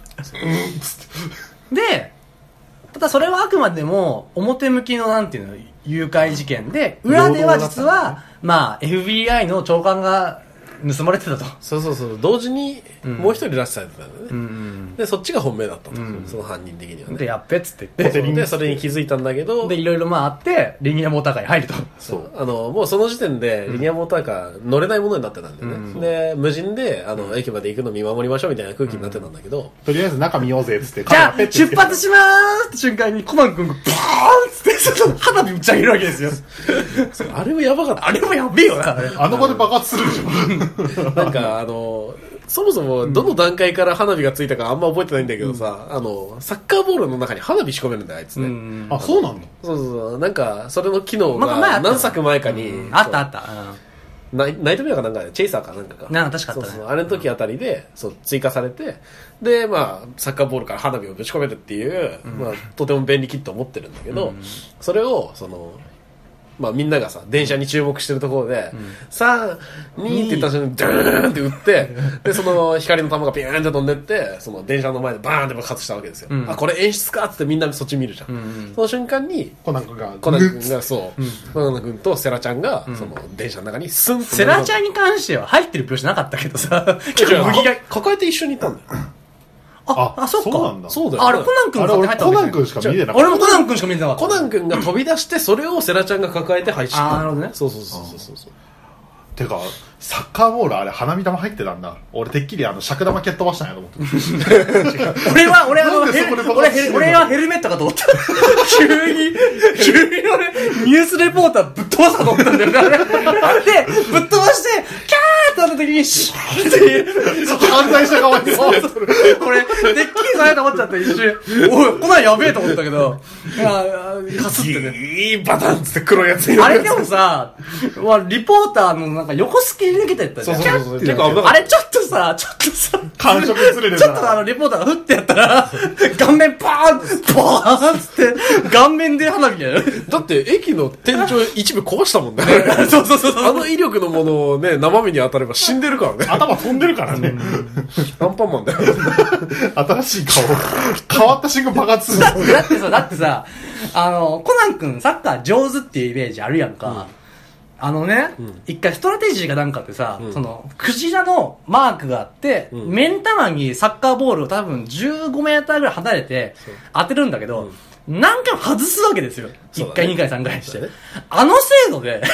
で、ただそれはあくまでも表向きのなんていうの、誘拐事件で、裏では実は、まあ FBI の長官が盗まれてたと。 そう。同時にもう一人拉致されてたんだよね。で、そっちが本命だったと。その犯人的にはね。 で、やっべっつって言って。 で、それに気づいたんだけど。 で、いろいろまああって、リニアモーターカーに入ると。 そう。もうその時点で、リニアモーターカー乗れないものになってたんだよね。で、無人で、駅まで行くの見守りましょうみたいな空気になってたんだけど。 とりあえず中見ようぜっつって。 じゃあ、出発しまーすって瞬間にコナン君がバーンっつって、ちょっと花火打ち上げるわけですよ。 あれもやばかった。 あれもやべえよな。 あの場で爆発するでしょ。 なんか、そもそもどの段階から花火がついたかあんま覚えてないんだけどさ、サッカーボールの中に花火仕込めるんだよ、あいつね。 あ、そうなんだ。 そう。なんか、それの機能が何作前かに。 あった。 ナイトメアかなんかで、チェイサーかなんかか。 確かったね。 そう。あれの時あたりで、追加されて、で、まあ、サッカーボールから花火をぶち込めるっていう、まあ、とても便利キットを持ってるんだけど、それを、まあみんながさ、電車に注目してるところで、3、2って言った瞬間に、ドーンって撃って、で、その光の玉がピューンって飛んでって、その電車の前でバーンって爆発したわけですよ。あ、これ演出かってみんなそっち見るじゃん。その瞬間に、 コナン君が、 コナン君とセラちゃんが、その電車の中にスンと。 セラちゃんに関しては入ってる描写なかったけどさ、 麦が抱えて一緒に行ったんだよ。 そっか。 そうなんだ。 そうだよ。 あれ、コナン君が入ったコナン君しか見てなかった。 俺もコナン君しか見てなかった。 コナン君が飛び出して、それをセラちゃんが抱えて配信した。 なるほどね。 そう。 てか、サッカーボールあれ花火玉入ってたんだ。俺てっきり尺玉蹴っ飛ばしたんやと思って。 俺はヘルメットかと思った。急に俺、ニュースレポーターぶっ飛ばしたと思ったんだよね。あれで、ぶっ飛ばして、キャーってなった時に、シューっていう。 犯罪者側にそう。 これ、てっきりされと思っちゃった一瞬。おい、こないやべえと思ったけど、かすってね。 いいパターンっつって黒いやつあれでもさ、リポーターのなんか横スキ抜けてったじゃん。 そう。結構危なかった。 あれちょっとさ、 感触ずれるちょっとリポーターがフッてやったら、顔面バーンつって、顔面で花火やる。 だって、駅の天井一部壊したもんね。 そう。 あの威力のものをね、生身に当たれば死んでるからね。 頭飛んでるからね。 アンパンマンだよ。 新しい顔。変わった瞬間爆発する。 だってさ、コナン君サッカー上手っていうイメージあるやんか。一回ストラテジーがなんかってさ、クジラのマークがあって、目ん玉にサッカーボールを多分15メーターぐらい離れて当てるんだけど、何回も外すわけですよ。1回、2回、3回して。あの精度で、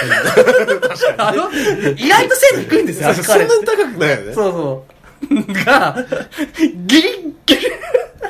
意外と精度低いんですよ、 そんなに高くないよね。 そう。が、ギリッギリ、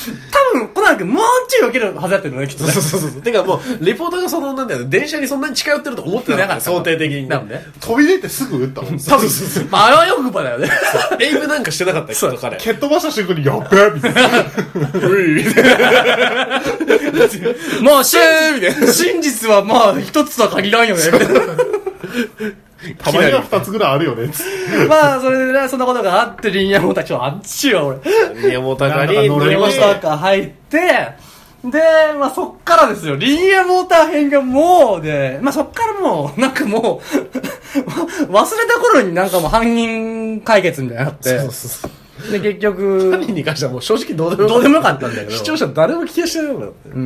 多分、コナン君もうちょい受けるはずだったのね、きっとね。 そう。てかもう、レポーターがその、なんだよ、電車にそんなに近寄ってると思ってなかった。想定的に。 なんで飛び出てすぐ撃ったもん。 多分、まあ、あれはよくばだよね。 エイムなんかしてなかったよ、きっと彼。 蹴っ飛ばした瞬間に、やっべえみたいな。ういみたいな。 もう、真実はまあ、一つとは限らんよね。 たまには二つぐらいあるよね。 まあ、それでね、そんなことがあって、リニアモーター、あっちは俺。 リニアモーターカーに乗りましたか入って、で、まあそっからですよ。リニアモーター編がもうで、まあそっからもう、なんかもう、忘れた頃になんかもう犯人解決みたいになって。 そう。 で、結局。 犯人に関してはもう正直どうでもよかったんだけど。視聴者誰も聞きやしてないもんだって。 うん。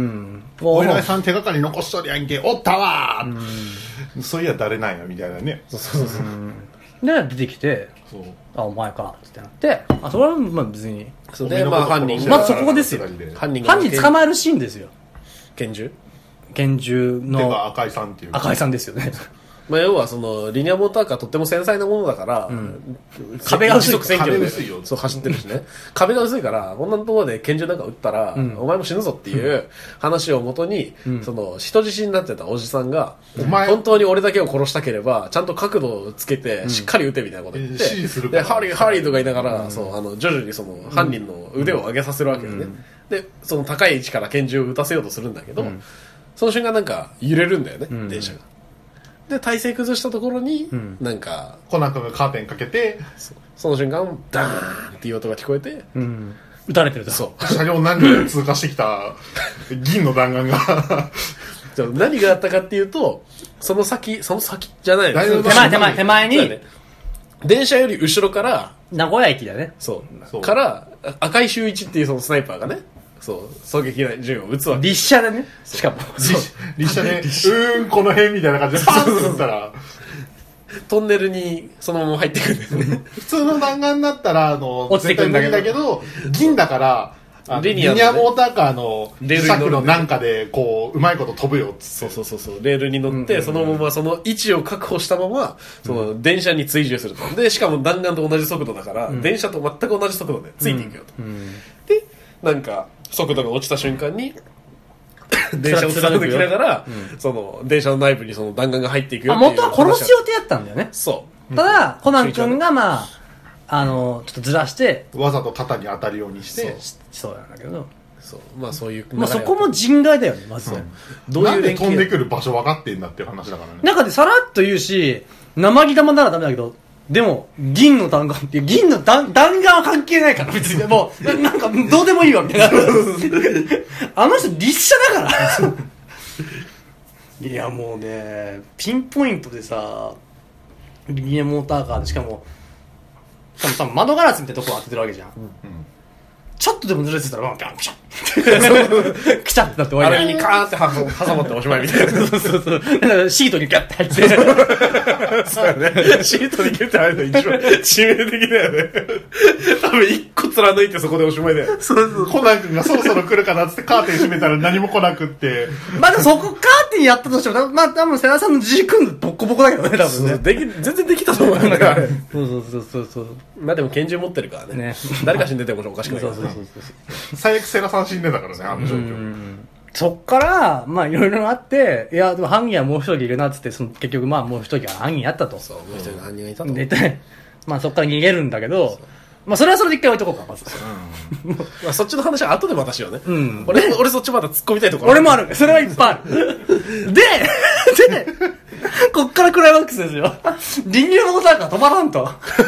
お稲荷さん手がかり残しとるやんけ、おったわー、そういや誰なんや、みたいなね。 そう。 で、出てきて、あ、お前か、ってなって、あ、それはまあ別に。 で、まあ犯人まあそこですよ。犯人捕まえるシーンですよ。 拳銃の。 てか赤井さんっていう。 赤井さんですよね。 まあ要はその、リニアモーターカーとっても繊細なものだから、 壁が薄い。 壁薄いよ。 そう走ってるしね。壁が薄いから、こんなところで拳銃なんか撃ったら、お前も死ぬぞっていう話をもとに、その、人質になってたおじさんが、本当に俺だけを殺したければ、ちゃんと角度をつけて、しっかり撃てみたいなこと言って、で、ハリーとか言いながら、そう、徐々にその、犯人の腕を上げさせるわけよね。で、その高い位置から拳銃を撃たせようとするんだけど、その瞬間なんか揺れるんだよね、電車が。で、体勢崩したところに、なんか、 コナン君がカーテンかけて、 その瞬間、ダーンっていう音が聞こえて、 撃たれてると。 そう。 車両何人通過してきた銀の弾丸が何があったかっていうと、その先じゃないの。 手前に、 電車より後ろから、 名古屋駅だね。 そう。から、赤井秀一っていうそのスナイパーがね、そう、狙撃な銃を撃つわけ。 立車でね。しかも。 立車で、この辺みたいな感じでパーンって撃ったら、 トンネルにそのまま入ってくるんですね。 普通の弾丸だったら、 落ちてくるんだけど、 銀だから、リニアモーターカーの尺のなんかで、こう、うまいこと飛ぶよっつって。 そう。レールに乗って、そのままその位置を確保したまま、その電車に追従すると。で、しかも弾丸と同じ速度だから、電車と全く同じ速度でついていくよと。で、なんか、速度が落ちた瞬間に、電車を貫きながら、その、電車の内部にその弾丸が入っていくよっていう。 元は殺す予定だったんだよね。 そう。 ただ、コナン君がまあ、ちょっとずらして、 わざと肩に当たるようにして、 そうなんだけど。 そう。まあそういう。 まあそこも人外だよね、まずね。 どういう連携なんで飛んでくる場所分かってんだっていう話だからね。 なんかでさらっと言うし、生玉ならダメだけど、でも、銀の弾丸って、銀の弾丸は関係ないから、別に。もう、なんか、どうでもいいわ、みたいな。あの人、立車だから。いや、もうね、ピンポイントでさ、リニアモーターカーで、しかも多分窓ガラスみたいなところ当ててるわけじゃん。ちょっとでもずれてたら、ピャンピャンくちゃってなって終わり。 あれにカーって挟まっておしまいみたいな。 そう。だからシートにギャッて入って。 そうだね。シートにギュッて入るの一番致命的だよね。多分一個貫いてそこでおしまいだよ。 そう。コナン君がそろそろ来るかなっつってカーテン閉めたら何も来なくって。 まあでもそこカーテンやったとしても、まあ多分世良さんのG君のボッコボコだけどね、多分ね。 全然できたと思うんだから。 そう。 まあでも拳銃持ってるからね。誰か死んでてもおかしくない。そう。 最悪セラさん死んでたからね、あの状況。 そっから、まあいろいろあって、いや、でも犯人はもう一人いるなっつって、結局まあもう一人が犯人やったと。 そう、もう一人の犯人がいたと。 で、まあそっから逃げるんだけど、まあそれはそれで一回置いとこうか、まず。 まあそっちの話は後でまたしようね。俺そっちまだ突っ込みたいところ。 俺もある。それはいっぱいある。で、こっからクライマックスですよ。リニアモーターカー止まらんと。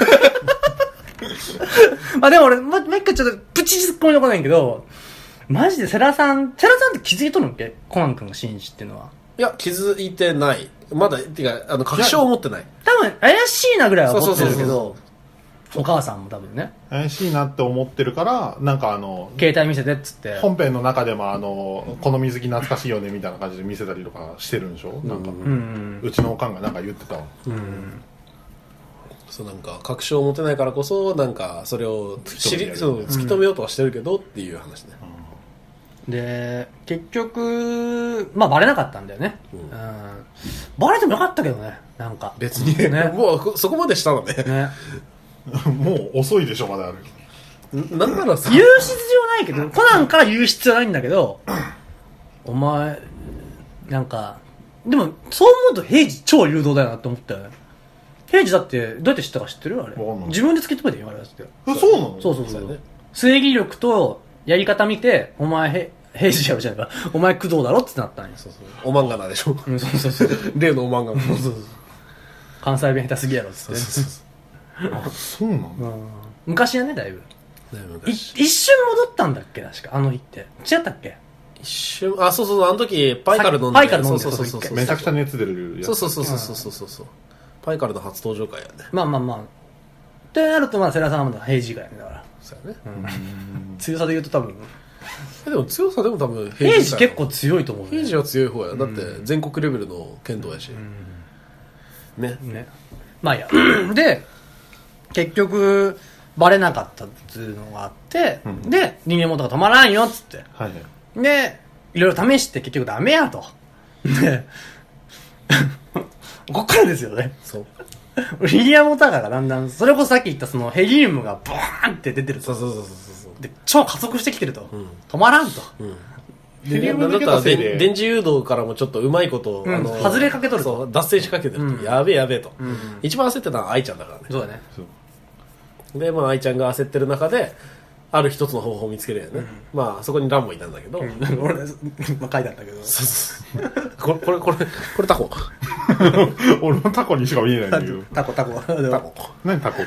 まあでも俺、もう一回ちょっとプチ突っ込みとこないんけど、マジで世良さんって気づいとるのっけコナン君が真実っていうのは。 いや、気づいてない。まだ、てか、確証を持ってない。 多分、怪しいなぐらいは思ってるけど、お母さんも多分ね。 怪しいなって思ってるから、なんか携帯見せてっつって。 本編の中でもこの水着懐かしいよねみたいな感じで見せたりとかしてるんでしょ、なんか、うちのおかんがなんか言ってたわ。 そうなんか確証を持てないからこそなんかそれを突き止めようとはしてるけどっていう話ね。 で結局まあバレなかったんだよね。バレてもよかったけどね、なんか別にね。もうそこまでしたのね。 もう遅いでしょ、まだある。 なんならさ、 言う必要ないけど、コナンから言う必要ないんだけど、お前、なんか、でも、そう思うと平次超誘導だよなって思ったよね。平次だって、どうやって知ったか知ってるあれ。自分で突き止めて言われたって。 そうなの？ そうそうそう。正義力とやり方見て、お前、平次やるじゃないか。お前工藤だろってなったんや。 そうそう。お漫画なでしょ。 そうそうそう。 例のお漫画。 そうそうそう。関西弁下手すぎやろって。 そうそうそう。あ、そうなんだ。 昔はね、だいぶ。一瞬戻ったんだっけ確か、あの日って。違ったっけ一瞬、あ、そうそう、あの時、パイカル飲んで。 パイカル飲んで。 そうそうそう。めちゃくちゃ熱出るやつ。 そうそうそう。パイカルの初登場会やね。 まあ。ってなると、まあ、世良さんはまだ平時以外だから。 そうやね。 強さで言うと多分。 でも強さでも多分平時結構強いと思う。 平時は強い方や。だって全国レベルの剣道やし。ね。 まあいや。で、結局、バレなかったっていうのがあって、で、人間元が止まらんよっつって。で、いろいろ試して結局ダメやと。で、こっからですよね。 そう。 リニアモーターカーがだんだん、それこそさっき言ったそのヘリウムがバーンって出てると。 そう。 で、超加速してきてると。止まらんと。 ヘリウムだったら電磁誘導からもちょっとうまいこと、 外れかけとると。 そう、脱線しかけてると。やべえと。一番焦ってたのは愛ちゃんだからね。 そうだね。 で、まあ愛ちゃんが焦ってる中で、ある一つの方法を見つけるよね。まあそこにランもいたんだけど。 俺、まあ書いてあったけど。 そう。これタコ。 俺もタコにしか見えないんだけど。 タコ。 何タコ？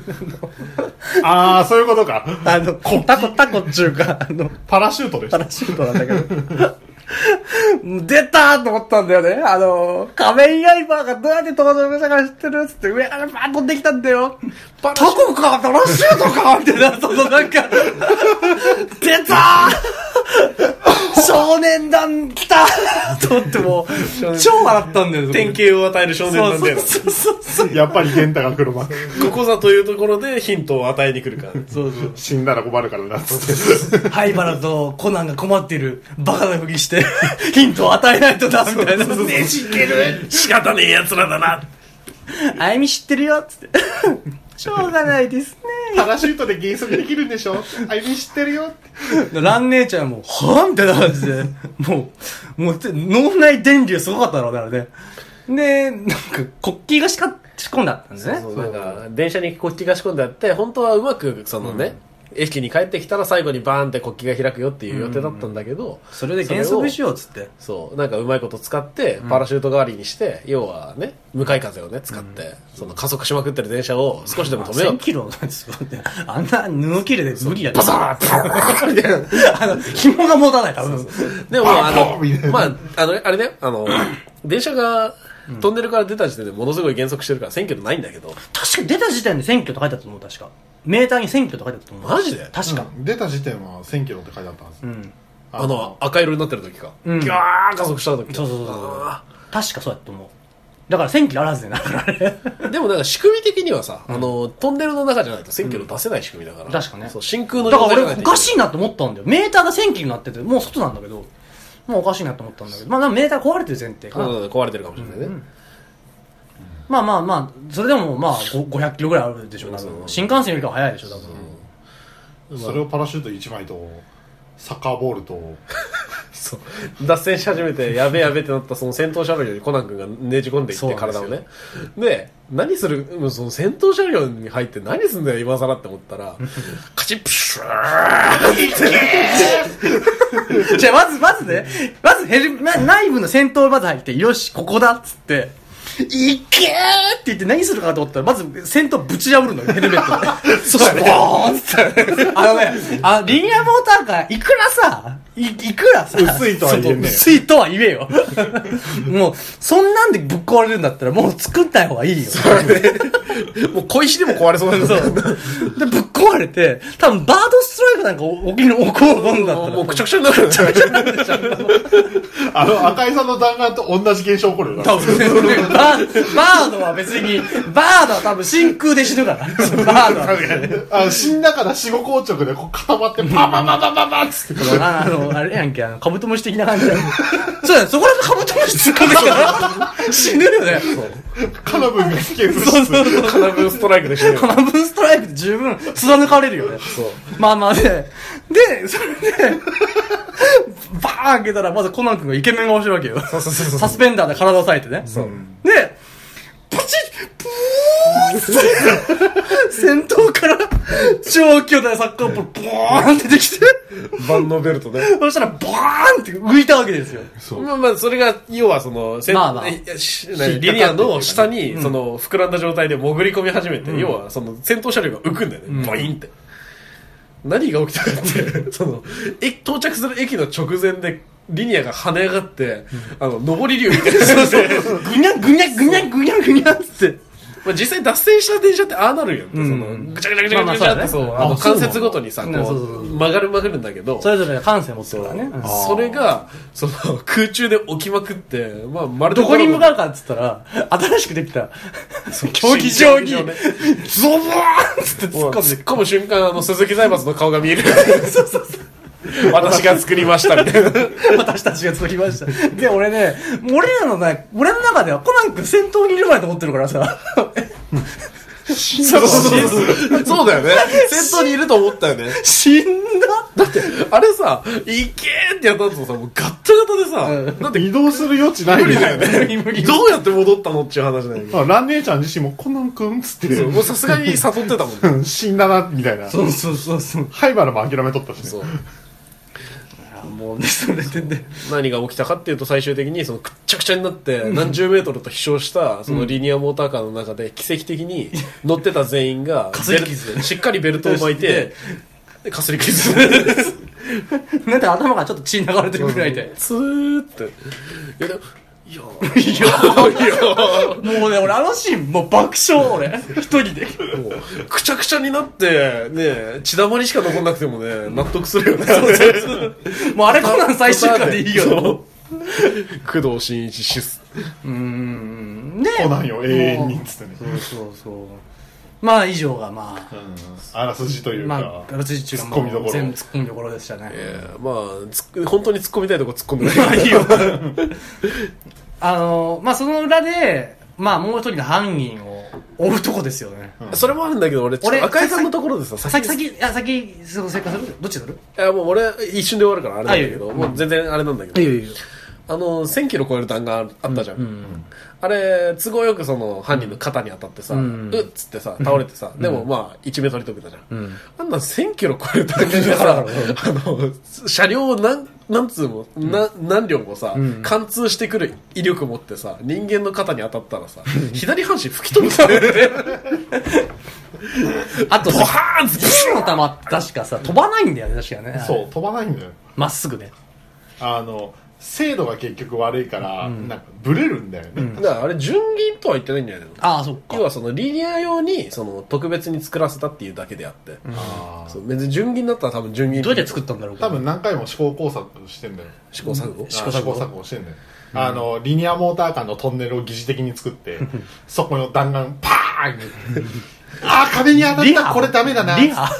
ああ、そういうことか。 タコっちゅうか、 パラシュートでしょ。パラシュートなんだけど。出たーと思ったんだよね。仮面ヤイバーがどうやって登場したか知ってるっつって上からバーン飛んできたんだよ。タコかパラシュートかみたいな、なんか、出たー少年団来たーと思ってもう、超笑ったんだよ。 典型を与える少年団だよ。 そう。やっぱり玄太が来るまで。 ここぞというところでヒントを与えに来るから。 そう。 死んだら困るからなっつって。 灰原とコナンが困っているバカなふりして、ヒントを与えないとだ、みたいな。 ねじける仕方ねえ奴らだな。 あゆみ知ってるよっつって。しょうがないですね。 パラシュートで減速できるんでしょあゆみ知ってるよって。 ラン姉ちゃんも、はぁみたいな感じで、もう、脳内電流すごかったろうだからね。で、なんか、国旗が仕込んだったんですね。 そう、なんか、電車に国旗が仕込んであって、本当はうまく、そのね、駅に帰ってきたら最後にバーンって国旗が開くよっていう予定だったんだけど、 それで減速しようっつって。 そう、なんかうまいこと使って、パラシュート代わりにして、要はね、向かい風をね、使って、その加速しまくってる電車を少しでも止めよう。 1000キロなんですよ。あんな布切れで無理やで。 パサーみたいな。 紐が持たない、多分。 でも、まあ、あれね、電車が、トンネルから出た時点でものすごい減速してるから1000キロないんだけど。 確かに出た時点で1000キロって書いてあったと思う、確か。メーターに1000キロって書いてあったと思う。 マジで？ 確か。 出た時点は1000キロって書いてあったはず。 赤色になってる時か。ギャー加速した時。 そう。確かそうやと思う。だから1000キロあらずでなからね。 でもなんか仕組み的にはさ、トンネルの中じゃないと1000キロ出せない仕組みだから。 確かね。 そう、真空のだから俺おかしいなと思ったんだよ。メーターが1000キロになってて、もう外なんだけど、もうおかしいなと思ったんだけど、まあメーター壊れてる前提かな。 壊れてるかもしれないね。 まあ、それでもまあ500キロぐらいあるでしょ、多分。新幹線よりかは速いでしょ、多分。 それをパラシュート1枚と、サッカーボールと、 そう。脱線し始めて、やべえってなったその戦闘車両にコナン君がねじ込んでいって体をね。で、何する、その戦闘車両に入って何すんだよ、今更って思ったら、カチップシューじゃあまずね、内部の戦闘まず入って、よし、ここだっつって、いけーって言って何するかと思ったら、まず先頭ぶち破るのよ、ヘルメットで。そうだね。リニアモーターカー、いくらさ、 薄いとは言えねえ。 薄いとは言えよ。もう、そんなんでぶっ壊れるんだったら、もう作んない方がいいよ。 もう小石でも壊れそうなんだよ。 で、ぶっ壊れて、多分バードストライクなんか起こうもんだったら。 もうくちゃくちゃになるんちゃう。 赤井さんの弾丸と同じ現象起こるよ。 多分バードは別に、バードは多分真空で死ぬから。バードは。 死んだから死後硬直でこう固まって、パッつって。 あれやんけ、カブトムシ的な感じだよ。そうだよ、そこらでカブトムシ突っ込んできたら、死ぬよね。 カナブンが危険物質。 カナブンストライクで死ぬ。 カナブンストライクで十分貫かれるよね。 そう。 まあまあで、それで、バーン開けたら、まずコナン君がイケメン顔してるわけよ。 そう。 サスペンダーで体を押さえてね。 そう。 で、プチッ、ブーって、先頭から超巨大サッカーボール、ボーンって出てきて、 万能ベルトね。 そしたら、ボーンって浮いたわけですよ。 まあ、それが、要はその、リニアの下に、その、膨らんだ状態で潜り込み始めて、要は、その、先頭車両が浮くんだよね。バインって。何が起きたかってその到着する駅の直前でリニアが跳ね上がって、上り竜みたいなぐにゃんぐにゃんぐにゃんぐにゃんぐにゃんって。 まあ実際脱線した電車ってああなるよ、そのぐちゃぐちゃぐちゃぐちゃってそう関節ごとにさこう曲がるんだけど、 それぞれ感性持ってるからね。 それがその空中で起きまくって、まあまるでどこに向かうかっつったら新しくできた競技場にゾボーンって突っ込む瞬間鈴木財閥の顔が見える。そう私が作りましたみたいな。 私たちが作りました。で、俺の中ではコナン君先頭にいる前と思ってるからさ。 そうだよね。先頭にいると思ったよね。 死んだ。 だって、あれさ、いけーってやった後さ、もうガッタガタでさ、 だって移動する余地ない無理だよね。どうやって戻ったのっていう話だよね。 ラン姉ちゃん自身もコナン君っつって。 もうさすがに悟ってたもんね。 死んだな、みたいな。 そう。 灰原も諦めとったしね。 そう。もうね、それでね。 何が起きたかっていうと最終的にそのくっちゃくちゃになって何十メートルと飛翔したそのリニアモーターカーの中で奇跡的に乗ってた全員がしっかりベルトを巻いてかすり傷なんで頭がちょっと血流れてるぐらいでツーっていやもうね俺あのシーンもう爆笑俺一人でもうくちゃくちゃになってね血だまりしか残んなくてもね納得するよね。 もうあれコナン最終回でいいよ。 工藤新一シスねコナンよ永遠にっつってね。 そうまあ以上がまああらすじというかあらすじ中がツッコミどころ全部ツッコミどころでしたね。 まあ本当に突っ込みたいとこ突っ込んでないいいよ。 まあその裏でまあもう一人の犯人を追うとこですよね。 それもあるんだけど俺赤井さんのところでさ先そう正解するどっちする？ いやもう俺一瞬で終わるからあれなんだけどもう全然あれなんだけど1000キロ超える弾があったじゃん。あれ都合よくその犯人の肩に当たってさうっつってさ倒れてさでもまあ1メートル飛べたじゃん。あんな1000キロ超える弾がさ車両を何通も何両もさ貫通してくる威力持ってさ人間の肩に当たったらさ左半身吹き飛ぶんだよね。 あとボハーンって銃の弾確かさ飛ばないんだよね確かね。 そう飛ばないんだよまっすぐね。 精度が結局悪いからなんかブレるんだよね。 だからあれ純銀とは言ってないんだよね。 ああそっか。 要はそのリニア用にその特別に作らせたっていうだけであってそう別に純銀だったら多分純銀どうやって作ったんだろう。 多分何回も試行錯誤してんだよ。 試行錯誤してんだよ。リニアモーター間のトンネルを疑似的に作ってそこの弾丸パーンあー壁に当たったこれダメだな。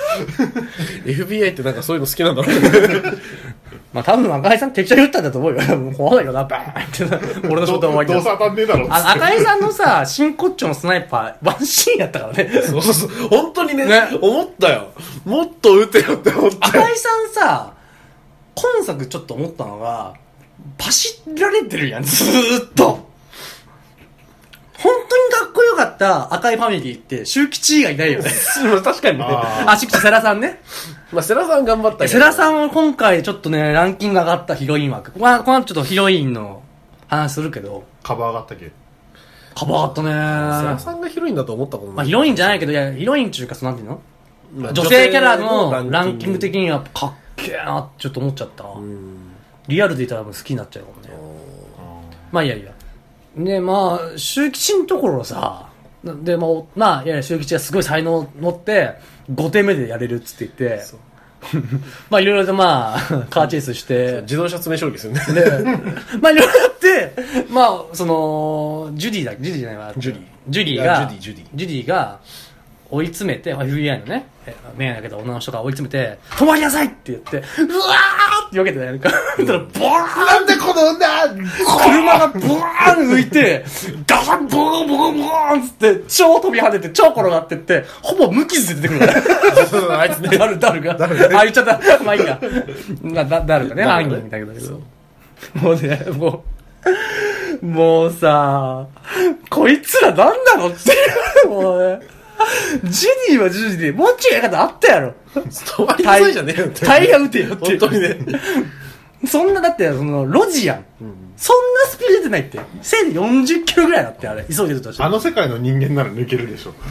FBI ってなんかそういうの好きなんだろうね。 まあ多分赤井さん適当に打ったんだと思うよ。もう怖いよな、バーンって。俺の仕事終わりだ。 どうせ当たんねえだろ。 赤井さんのさ、真骨頂のスナイパー、ワンシーンやったからね。 そう。本当にね、思ったよ。もっと撃てよって思った。 赤井さんさ、今作ちょっと思ったのが、パシられてるやん、ずーっと。本当にかっこよかった赤いファミリーって周吉以外いないよね。 確かにね。 周吉世良さんね。 まあ世良さん頑張ったけど。 世良さんは今回ちょっとね、ランキング上がったヒロイン枠。まあ、この後ちょっとヒロインの話するけど。 株上がったっけ？ 株上がったね。 世良さんがヒロインだと思ったことない。 まあヒロインじゃないけど、いや、ヒロインっていうか、なんていうの？女性キャラのランキング的にはかっけえなってちょっと思っちゃった。リアルで言ったら好きになっちゃうかもね。まあいやいや。で、まあ、周吉のところさ、で、まあ、いやいや、周吉がすごい才能乗って、5点目でやれるっつって言って、まあいろいろとまあ、カーチェイスして、 自動車詰め将棋ですよね。 で、まあいろいろやって、まあ、その、ジュディじゃないわ、ジュディが追い詰めて、FBI のね、メガネだけど女の人が追い詰めて、止まりなさいって言って、うわーっって避けてないなんか。だから、ボーンなんでこの車がボーン浮いて、ガサッボーンボーンボーンつって、超飛び跳ねて、超転がってって、ほぼ無傷で出てくるから。あいつね、ダルが。あ、言っちゃった。まあいいか。ダルがね、犯人みたいだけど。もうね、もうさ、こいつら何なのっていう、もうね。ジュディはジュディで、もうちょいやり方あったやろ。 止まりなさいじゃねえよって。 タイヤ打てよって。 本当にね。 そんな、だって、路地やん。そんなスピード出てないって。せいで40キロぐらいだって、あれ。急いでるとして。 あの世界の人間なら抜けるでしょ。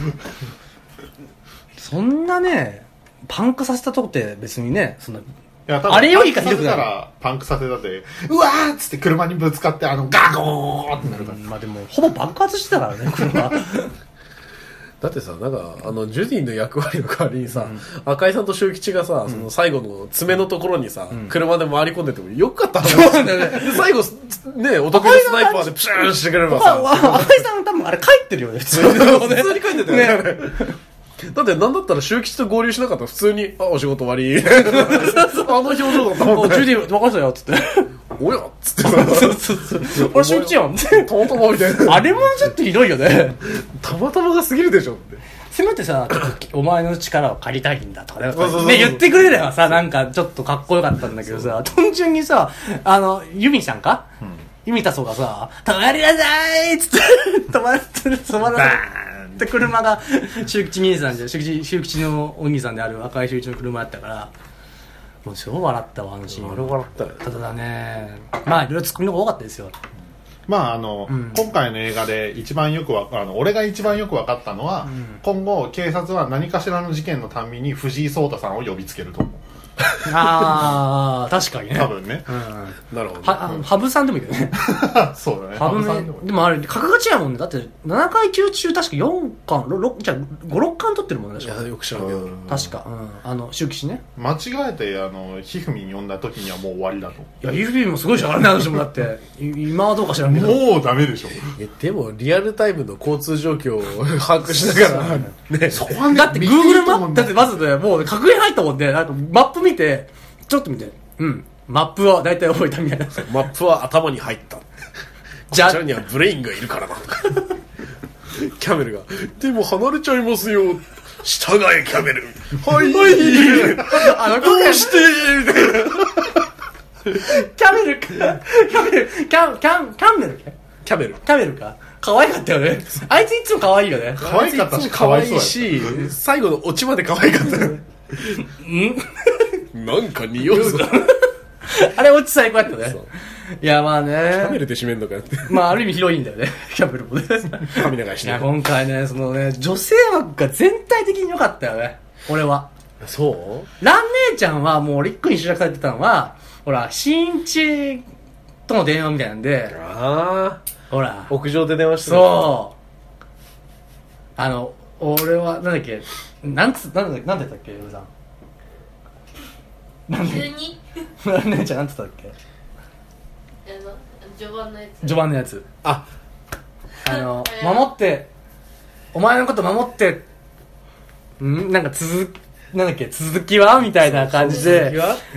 そんなね、パンクさせたとこって別にね、そんな、 いや、多分あれよりかひどくなる。 パンクさせたって、うわーっつって車にぶつかって、ガゴーってなるから。 まあでも、ほぼ爆発してたからね、車。 だってさ、なんか、ジュディの役割の代わりにさ、赤井さんと周吉がさ、その最後の爪のところにさ、車で回り込んでてもよかったそうなんだよね。 最後、ね、お得意スナイパーでプシューンしてくれればさ。 赤井さん多分あれ帰ってるよね、普通に。 普通に帰ってたよね。だってなんだったら周吉と合流しなかったら普通に、あ、お仕事終わり。あの表情だったもんね。 ジュディ任せたよ、つって。 おやっつってさ。 俺周吉やん。 たまたまみたいな。 あれもちょっとひどいよね。 たまたまが過ぎるでしょって。 せめてさ、ちょっとお前の力を借りたいんだとかね、言ってくれればさ、なんかちょっとかっこよかったんだけどさ、単純にさ、ユミさんかユミタソがさ、止まりなさいっつって、止まらって車が、周吉兄さんで、周吉のお兄さんである赤い周吉の車だったから、もう超笑ったわ、あのシーン。 あれ笑ったよ。 ただね、まあいろいろツッコミの方が多かったですよ。 まあ今回の映画で一番よく俺が一番よく分かったのは、今後警察は何かしらの事件のたんびに藤井聡太さんを呼びつけると思う。 ああ、確かにね。 多分ね。 なるほど。 ハブさんでもいいけどね。 そうだね。 ハブさんでもあれ、格が違うもんね。だって、7階級中確か4巻、じゃあ5、6巻取ってるもんね。 いや、よく知らんけど。 確か。周吉ね。 間違えて、ひふみん呼んだ時にはもう終わりだと。 いや、ひふみんもすごいしょ、あれね、私もだって。今はどうか知らんけど。 もうダメでしょ。 でも、リアルタイムの交通状況を把握しながら、ね。 そこはね、だって Google マップ、だってまずね、もう確認入ったもんで、なんかマップ見て、ちょっと見て、マップは大体覚えたみたいな。 マップは頭に入った。じゃあ、こちらにはブレインがいるからな。キャメルが、でも離れちゃいますよ。従え、キャメル。はい。どうしてみたいな。 キャメルか。キャメルか。可愛かったよね。あいついつも可愛いよね。 可愛かったし、可愛そうし、最後のオチまで可愛かったよね。なんか匂うぞ。 あれオチ最高だったね。いや、まあね。キャメルで締めんのかよって。 まあ、ある意味広いんだよね。キャメルもね。 髪長いしね。 いや、今回ね、女性枠が全体的に良かったよね。俺は。 そうラン姉ちゃんはもう俺一個に集約されてたのは、ほら、新一との電話みたいなんで、ほら。 屋上で電話してそう。俺は、なんだっけ、なんだったっけ、ヨルさん。なんでラン姉ちゃんなんつったっけ序盤のやつ。守って、お前のこと守って、なんかなんだっけ、続きはみたいな感じで、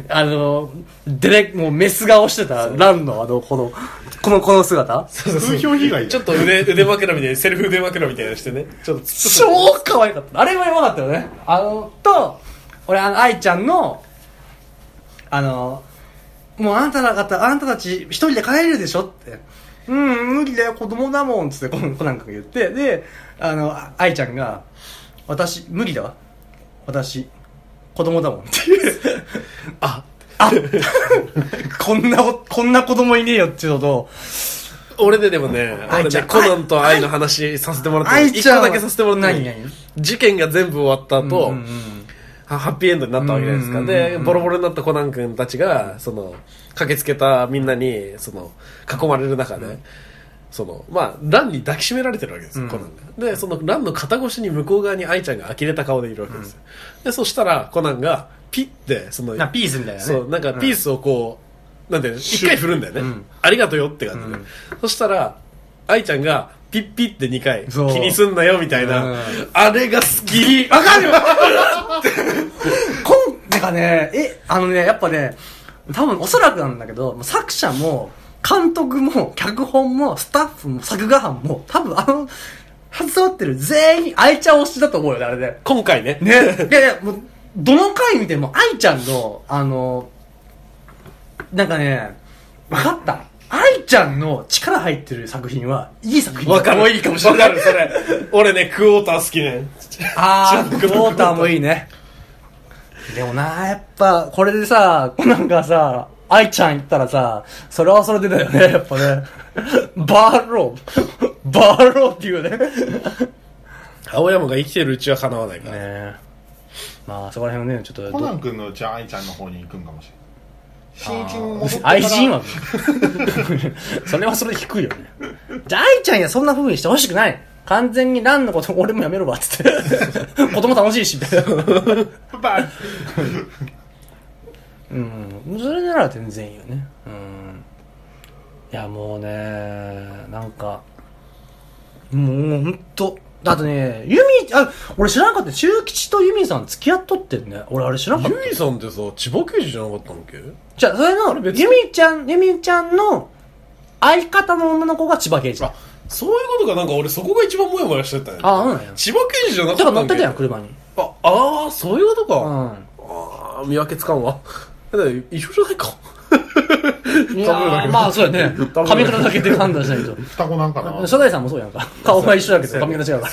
もうメス顔してた、ランのこの姿風評被害ちょっと腕枕みたいな、セルフ腕枕みたいなしてね。ちょっと超可愛かった。あれもやばかったよね。俺愛ちゃんの、もうあんたたち一人で帰れるでしょって。無理だよ、子供だもん、つって、コナン君が言って、で、愛ちゃんが、私、無理だわ。私、子供だもんっていう。こんな子供いねえよっていうのと、 俺でもね、コナンと愛の話させてもらって、一個だけさせてもらって、事件が全部終わった後、ハッピーエンドになったわけじゃないですか。で、ボロボロになったコナン君たちが、駆けつけたみんなに、囲まれる中で、ランに抱きしめられてるわけですよ、コナンが。で、ランの肩越しに向こう側に愛ちゃんが呆れた顔でいるわけですよ。で、そしたら、コナンが、ピッて、 ピースみたいなね。 そう、なんかピースをこう、なんていうの、一回振るんだよね。ありがとうよって感じで。そしたら、愛ちゃんが、ピッピッて2回、気にすんなよみたいな、あれが好き。 わかるよなんかね、やっぱね、 多分おそらくなんだけど、作者も、監督も、脚本も、スタッフも、作画班も、多分携わってる全員、愛ちゃん推しだと思うよね、あれで。 今回ね。 ね。いや、もう、どの回見ても、愛ちゃんの、なんかね、わかった。愛ちゃんの力入ってる作品は、いい作品。 わかる。 いいかもしれない。 わかる、それ。俺ね、クォーター好きね。 クォーターもいいね。でもな、やっぱ、これでさ、なんかさ、愛ちゃん言ったらさ、それはそれでだよね、やっぱね。バーローっていうね。 青山が生きてるうちは叶わないからね。まあ、そこら辺はね、ちょっと。 コナン君のうちは愛ちゃんの方に行くんかもしれない。新一に戻ってから愛人はそれはそれで低いよね。じゃあ愛ちゃんやそんな風にしてほしくない。完全にランのこと俺もやめろわっつって子供楽しいしみたいなそれなら全然いいよね。いやもうね、なんかもうほんとだってね、俺知らなかった。中吉とユミさん付き合っとってんね。俺あれ知らなかった。 ユミさんってさ、千葉刑事じゃなかったんけ？ じゃあそれのユミちゃんの相方の女の子が千葉刑事。 あ、そういうことか。なんか俺そこが一番モヤモヤしてたよ。 あ、うんや。 千葉刑事じゃなかったんけ？ だから乗ってたやん、車に。 あ、そういうことか。 うん。 見分けつかんわ。だって一緒じゃないか。 いやまあそうやね。髪型だけで判断しないと。 双子なんかな。 初代さんもそうやんか。顔が一緒だけど髪型違うから。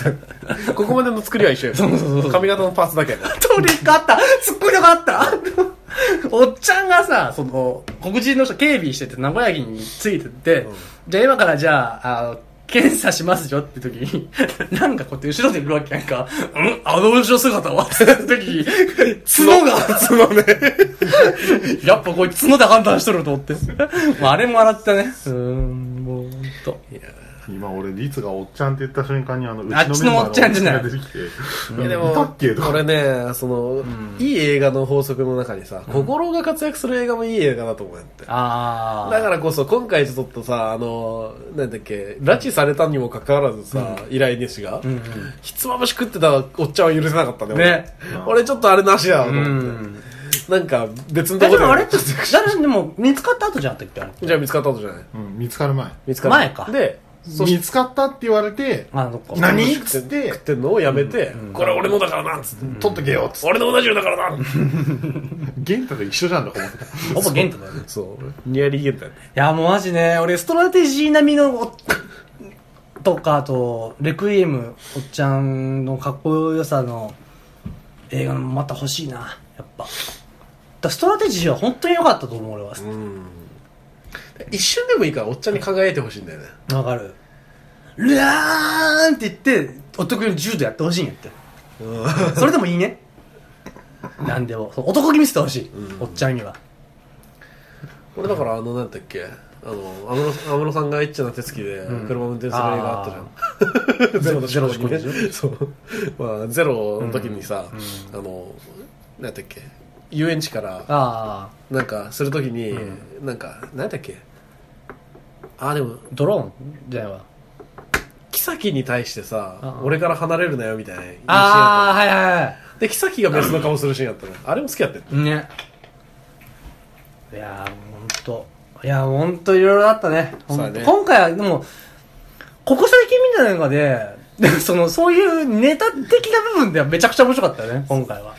ここまでの作りは一緒や。そう髪型のパーツだけやな。 トリックあった。ツッコミがあった。おっちゃんがさ、黒人の人警備してて名古屋駅に着いてて、じゃあ今からじゃあ、検査しますよって時に、なんかこうやって後ろでいるわけやんか。あの後ろ姿はって時に、角ね。やっぱこいつ角で判断しとると思って。あれも笑ったね。もうほんと。 今俺リツがおっちゃんって言った瞬間にあっちのおっちゃんじゃない。 出てきて、 でも俺ね、いい映画の法則の中にさ、心が活躍する映画もいい映画だと思うやって。だからこそ今回ちょっとさ、なんだっけ、拉致されたにもかかわらずさ、依頼主が、ひつまぶし食ってたおっちゃんは許せなかったね。俺ちょっとあれなしだと思って。なんか別のところで。 あれってでも見つかった後じゃんって言ってあれ。 じゃあ見つかった後じゃない。 見つかる前。 前か。 で、見つかったって言われて、何っつって食ってんのをやめて、これ俺のだからなっつって、 取っとけよっつって。 俺の同じよだからなゲンタと一緒じゃんとか思ってた。 ほぼゲンタだよね。 そう。ニアリーゲンタやね。 いやもうマジね、俺ストラテジー並みのとか、あとレクイエムおっちゃんのかっこよさの映画もまた欲しいな、やっぱ。ストラテジーは本当に良かったと思う俺は。 一瞬でもいいからおっちゃんに輝いてほしいんだよね。 わかる。ルアーンって言って男に柔道やってほしいんやって。それでもいいね。なんでも男気見せてほしい、おっちゃんには。俺だからなんだっけ、安室さんがエッチな手つきで車運転する映画あったじゃん。ゼロの仕事にね。そう。まあゼロの時にさ、なんだっけ、遊園地からなんかするときに、なんかなんだっけ、でもドローンじゃないわ。 妃に対してさ、俺から離れるなよみたいな。 はいはい。 で妃が別の顔するシーンやったの。あれも好きやってんね。いやほんといろいろあったね。今回はでもここ最近みたいなのでそういうネタ的な部分ではめちゃくちゃ面白かったよね、今回は。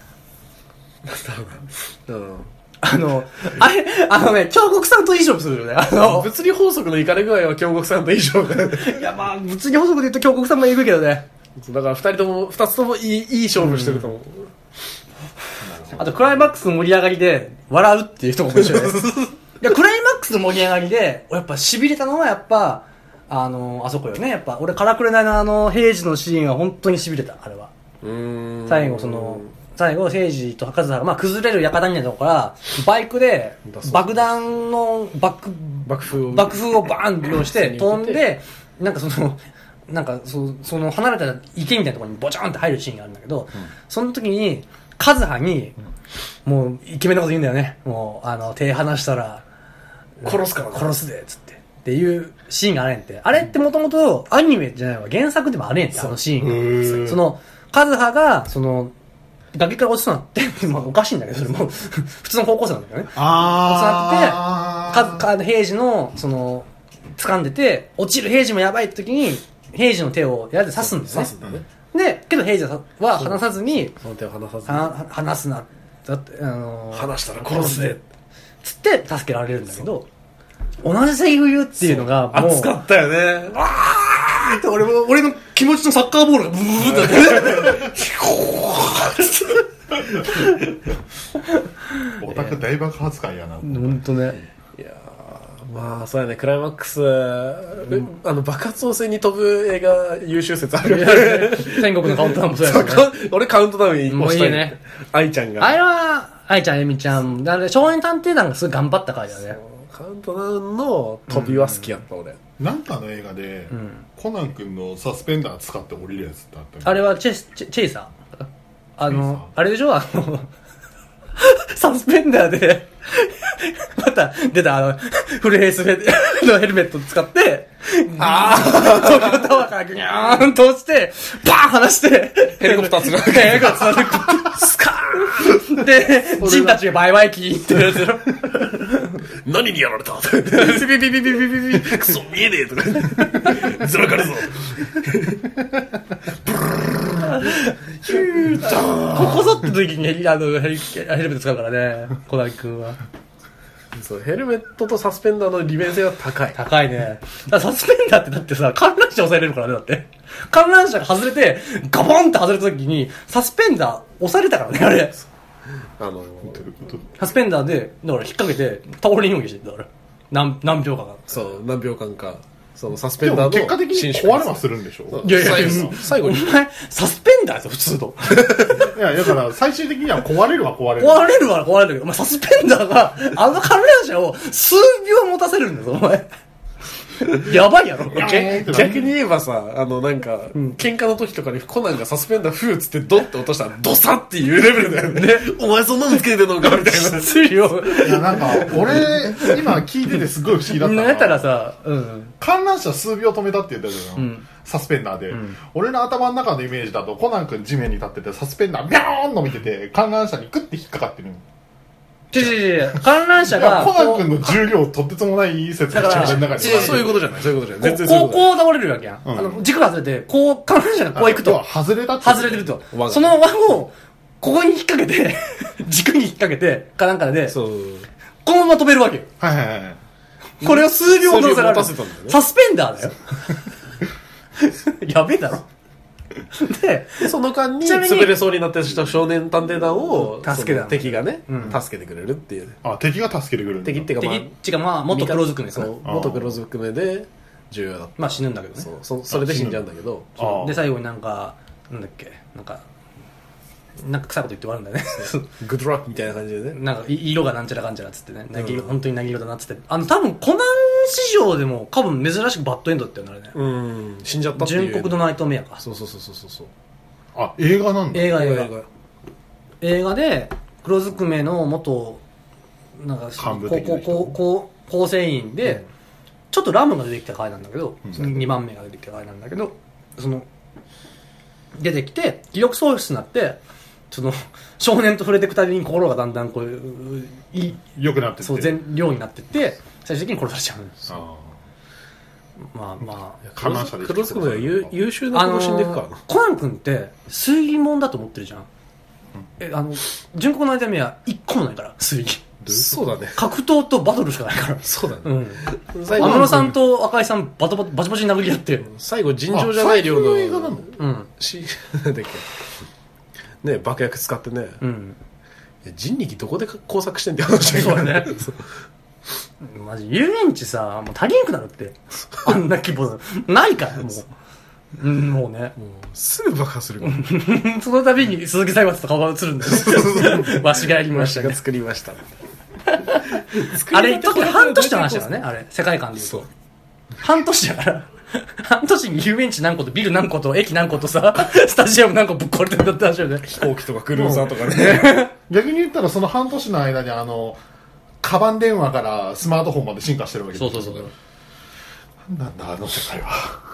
京極さんといい勝負するよね。 物理法則のいかれ具合は京極さんといい勝負だよね。 いやまあ、物理法則で言うと京極さんもいくけどね。 だから二つともいい勝負してると思う。 あと、クライマックスの盛り上がりで、笑うっていう人も面白いです。いや、クライマックスの盛り上がりで、やっぱ痺れたのはやっぱ、あそこよね。やっぱ、俺、からくれないの平次のシーンは本当に痺れた、あれは。最後、平次と博士が、崩れる館みたいなとこから、バイクで、爆弾の爆風をバーンと利用して飛んで、なんかその離れた池みたいなところにボチャンって入るシーンがあるんだけど、その時に、カズハに、もう、イケメンなこと言うんだよね。もう、手離したら、 殺すから殺すで、つって。っていうシーンがあれんて。あれってもともとアニメじゃないわ。原作でもあれんて、あのシーンが。カズハが、 崖から落ちそうになって、まあおかしいんだけど、それも、普通の高校生なんだけどね。 あ落ちそうになって、平次の、掴んでて、落ちる平次もやばい時に、平次の手をやで刺すんだよね。 刺すんだね。 で、けど平次は離さずに、 その手を離さずに。離すな。だって、 離したら殺すで。 つって助けられるんだけど、同じセリフ言うっていうのが、 もう。熱かったよね。 って俺の気持ちのサッカーボールがブーってオタク大爆発感やな。 ほんとね。 いやまあそうやね、クライマックス、爆発音声に飛ぶ映画優秀説あるよね。 天国のカウントダウンもそうやね。 俺カウントダウンにもういいね。 愛ちゃんが。 あれは、愛ちゃん、エミちゃん、少年探偵団がすごい頑張った回だね。 カウントダウンの飛びは好きやった、俺。 なんかの映画で、コナン君のサスペンダー使って降りるやつってあったあれはチェイサーあれでしょサスペンダーでまた出たフルフェイスのヘルメットを使って東京タワーからギューンと落ちてバーン離してヘリコプターつなぐスカーンでジンたちがバイバイキーってやつよ何にやられたビビビビビビビビクソ見えねえとかずらかるぞここぞって時にヘルメット使うからねコナン君は。 そうヘルメットとサスペンダーの利便性は高いね。サスペンダーってだってさ観覧車押さえれるからね。だって観覧車が外れてガボンって外れた時にサスペンダー押されたからねあれ。サスペンダーでだから引っ掛けて倒れんようにしてだから何秒間か。 そう何秒間かそのサスペンダーの結果的に壊れはするんでしょ。 いや最後にお前サスペンダーですよ普通の。 いやだから最終的には壊れるは壊れる。 壊れるは壊れるけどお前サスペンダーが観覧車を数秒持たせるんだぞお前。やばいやろ。 逆に言えばさなんか、喧嘩の時とかにコナンがサスペンダーフーつってドッて落としたらドサっていうレベルだよね。お前そんなのつけてるのかみたいな。 ついよ。 いやなんか俺今聞いててすごい不思議だったのは。 やったらさ、 観覧車数秒止めたって言ったじゃん。サスペンダーで、俺の頭の中のイメージだとコナン君地面に立っててサスペンダービャーンの見てて観覧車にクッて引っかかってる。 観覧車がコナン君の重量とってつもない説が自分の中に。 そういうことじゃない全然こう倒れるわけやん。軸が外れてこう観覧車がこう行くと外れてるとその輪をここに引っ掛けて軸に引っ掛けてかなんかでこのまま飛べるわけよ。これを数秒乗せられる。サスペンダーだよ。やべえだろ。でその間に潰れそうになってした少年探偵団を助けた敵がね、助けてくれるっていう。 敵が助けてくれる。 敵っていうかまあ元黒ずくめですね。 元黒ずくめで重要だった。 まあ死ぬんだけどね。 それで死んじゃうんだけど。 で最後になんだっけなんか臭いこと言って終わるんだよね。 グッドラックみたいな感じでね。 なんか色がなんちゃらかんちゃらっつってね。本当に凪色だなっつって。多分コナン史上でも多分珍しくバッドエンドって言うんだよね。死んじゃったっていう。 純国のナイトメアか。 そう。 映画なんだ。 映画で黒ずくめの元なんか構成員でちょっとラムが出てきた回なんだけど、2番目が出てきた回なんだけど、出てきて記憶喪失になって少年と触れていくたびに心がだんだんこう良くなってって全量になってって最終的に殺されちゃうんです。まあ観覧車で黒ずくめは優秀なこと死んでいくからな。 コナン君って推理もんだと思ってるじゃん。純国の間目は1個もないから推理。 そうだね。 格闘とバトルしかないから。 そうだね。 天野さんと赤井さんバチバチに殴り合って最後尋常じゃない量の映画なの。 なんだっけね爆薬使ってね。人力どこで工作してんって話だよね。 マジ遊園地さもう足りんくなるってあんな規模ないからもうねすぐ爆破するその度に鈴木財閥と顔が映るんだよ。わしがやりましたね。 作りましたあれ特に半年の話だからね。あれ世界観で言うと半年だから半年に遊園地何個とビル何個と駅何個とさスタジアム何個ぶっ壊れてるんだって話だよね。 飛行機とかクルーザーとかね。 逆に言ったらその半年の間にカバン電話からスマートフォンまで進化してるわけです。 そうなんだあの世界は。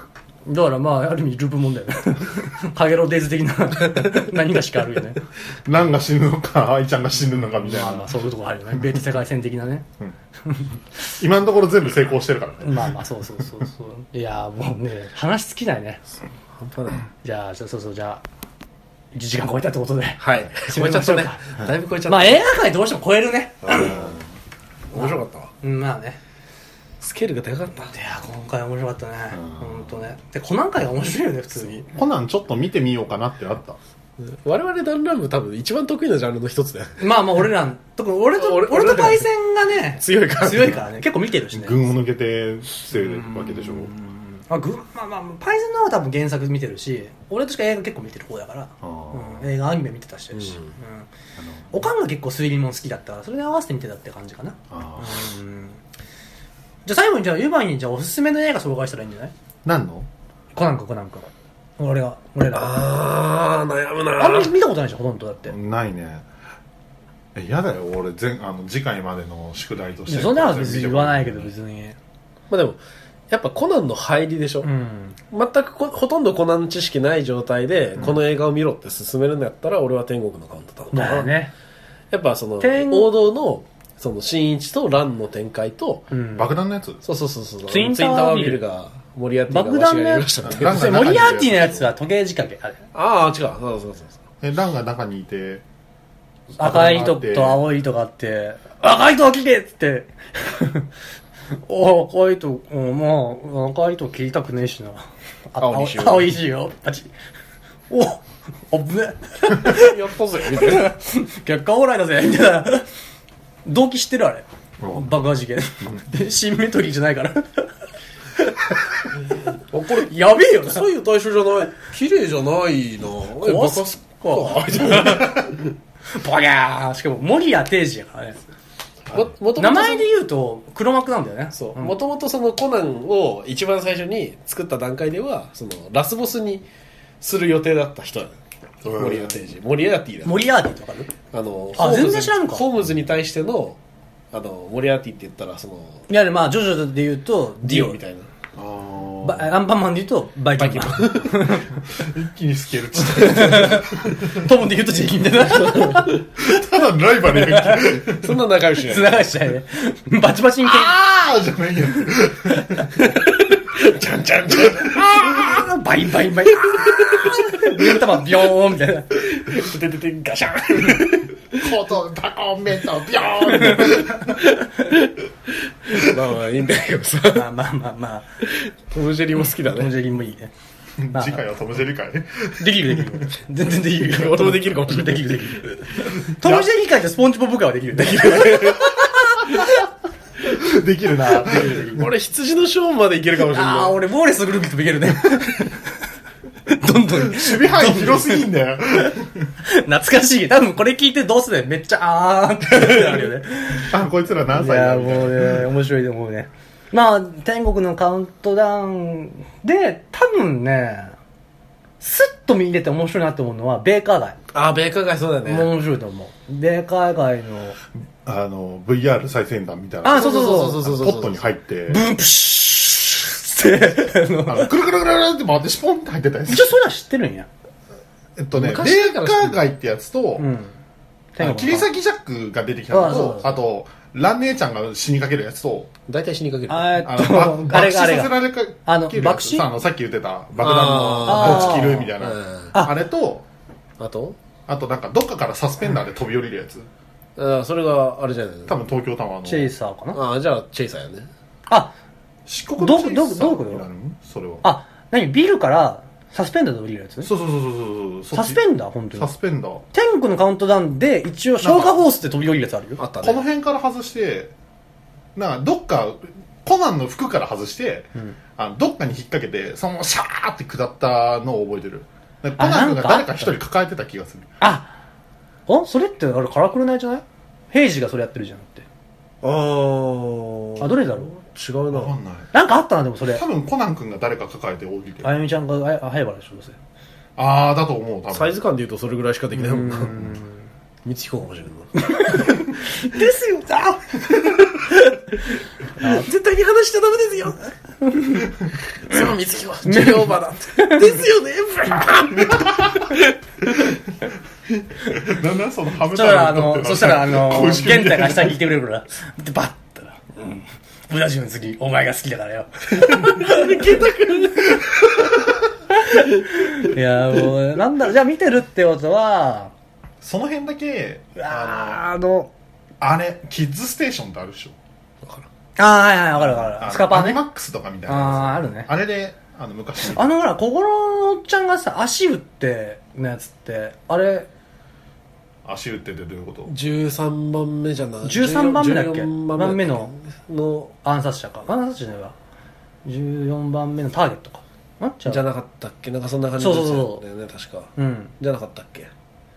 だからまあ、ある意味ループもんだよね。カゲロデイズ的な何がしかあるよね。 ランが死ぬのか、愛ちゃんが死ぬのかみたいな。 まあそういうとこあるよね。ベート世界線的なね。 今のところ全部成功してるからね。 まあまあ、そう。いやもうね、話尽きないね。 半端ない。 じゃあ、じゃあ、1時間超えたってことで。 はい。超えちゃったね。だいぶ超えちゃった。 まあ映画界どうしても超えるね。 面白かったわ。 まあね。 スケールがでかかった。 いや今回面白かったね。ほんとね。で、コナン界が面白いよね、普通に。 コナンちょっと見てみようかなってあった。 我々ダンランブ多分一番得意なジャンルの一つだよ。 まあまあ俺ら、特に俺とパイセンがね、強いからね。結構見てるしね。 群を抜けて強いわけでしょ。 まあパイセンの方は多分原作見てるし、俺としか映画結構見てる方だから、映画アニメ見てたし、おかんが結構推理も好きだったから、それで合わせて見てたって感じかな。じゃあ最後にユバにおすすめの映画紹介したらいいんじゃない？ 何の？ コナンか。俺ら。 悩むな。 あんまり見たことないでしょ、ほとんどだって。 ないね。やだよ、俺次回までの宿題として。 そんなは別に言わないけど、別に。 まあでも、やっぱコナンの入りでしょ。全くほとんどコナン知識ない状態で、この映画を見ろって勧めるんだったら、俺は天国のカウントだと。 だよね。 やっぱその、王道の、その、新一とランの展開と、 爆弾のやつ？ そう。 ツインタワービルが、モリアーティが爆弾のやつ。 モリアーティのやつは時計仕掛け、あれ。 ああ、違う。そう。 ランが中にいて、 赤い糸と青い糸があって、赤い糸を切れっつって、赤い糸、まあ、赤い糸切りたくねえしな。青いしよ。パチ。あぶね。 やったぜ、みたいな。 結果オーライだぜ、みたいな。動機知ってるあれ。爆破事件。シンメトリーじゃないから。これ、やべえよな。 そういう対象じゃない。綺麗じゃないな。 バカすっか。バギャー。しかも、森谷定治やからね。名前で言うと黒幕なんだよね。 そう。もともとそのコナンを一番最初に作った段階では、そのラスボスにする予定だった人だ。森谷定治。モリアーティだ。 モリアーティとかね。全然知らんのか。 ホームズに対してのモリアーティって言ったらその。 いやまあジョジョで言うとディオみたいな。 アンパンマンで言うとバイキンマン。 一気にスケールちっトムで言うとジェキみたいな。 ただライバルやんけ。そんな仲良しない。 仲良しないね。バチバチにあーじゃないやん。ちゃん。 あーバイン。目玉ビョーンみたいな。 てガシャン。 コトタコメントビョーン。 まあいいんだけどさ。 まあ。 トムジェリーも好きだね。 トムジェリーもいいね。 次回はトムジェリー会できる。全然できる。 俺もできるかもしれない。 できる。トムジェリー会とスポンジボブ会はできる。 できるな。 俺羊のショーンまでいけるかもしれない。 ああ、俺ボーレスグループともいけるね。どんどん守備範囲広すぎんだよ。 懐かしい。多分これ聞いてどうするめっちゃってなるよね。 こいつら何歳だいやもうね面白いと思うね。まあ天国のカウントダウンで多分ねスッと見入れて面白いなと思うのはベーカー街。 ベーカー街そうだね。 面白いと思う。ベーカー街のVR 最先端みたいな。 そうポットに入ってブンプシュって、 くるくるって回ってシポンって入ってたやつ。 一応そういうのは知ってるんや。 ベーカー街ってやつと、切り裂きジャックが出てきたのと、あと、ラン姉ちゃんが死にかけるやつと、 大体死にかける。 爆死させられかけるやつ。さっき言ってた爆弾の持ち切るみたいな。あれと、あとなんかどっかからサスペンダーで飛び降りるやつ。 それがあれじゃない多分東京タワーの。 チェイサーかな。 じゃあチェイサーやね。 四国のチェイサーどこよそれは。 何ビルからサスペンダーで降りるやつ？ そう。 サスペンダー本当に。 サスペンダー。 天国のカウントダウンで一応消火ホースで飛び降りるやつあるよ。 あったね。 この辺から外して、どっか、コナンの服から外して、どっかに引っ掛けて、そのままシャーって下ったのを覚えてる。コナンが誰か一人抱えてた気がする。 それってあれカラクルないじゃない？平次がそれやってるじゃんって。どれだろう？ 違うな。 わかんない。 なんかあったな、でもそれ。 多分コナン君が誰か抱えて降りてる。 あゆみちゃんが早原でしょ、どうせ。 だと思う、多分。 サイズ感で言うとそれぐらいしかできないもんな。光彦かもしれんな。ですよ、絶対に話しちゃダメですよ。 その水木は重要馬だですよねなんだそのハムそしたら玄太が下に聞いてくれるからでバッとブラジルの次お前が好きだからよいやもうなんだろうじゃあ見てるってことはその辺だけあれキッズステーションってあるでしょ。 はいはいわかるわかるスカパーねアニマックスとかみたいなあるねあれで昔ほら心のおっちゃんがさ足打ってのやつってあれ足打ってってどういうこと？ 13番目じゃない 13番目だっけ 14 番目の暗殺者か暗殺者じゃないわ14番目のターゲットかじゃなかったっけなんかそんな感じですよね確かじゃなかったっけ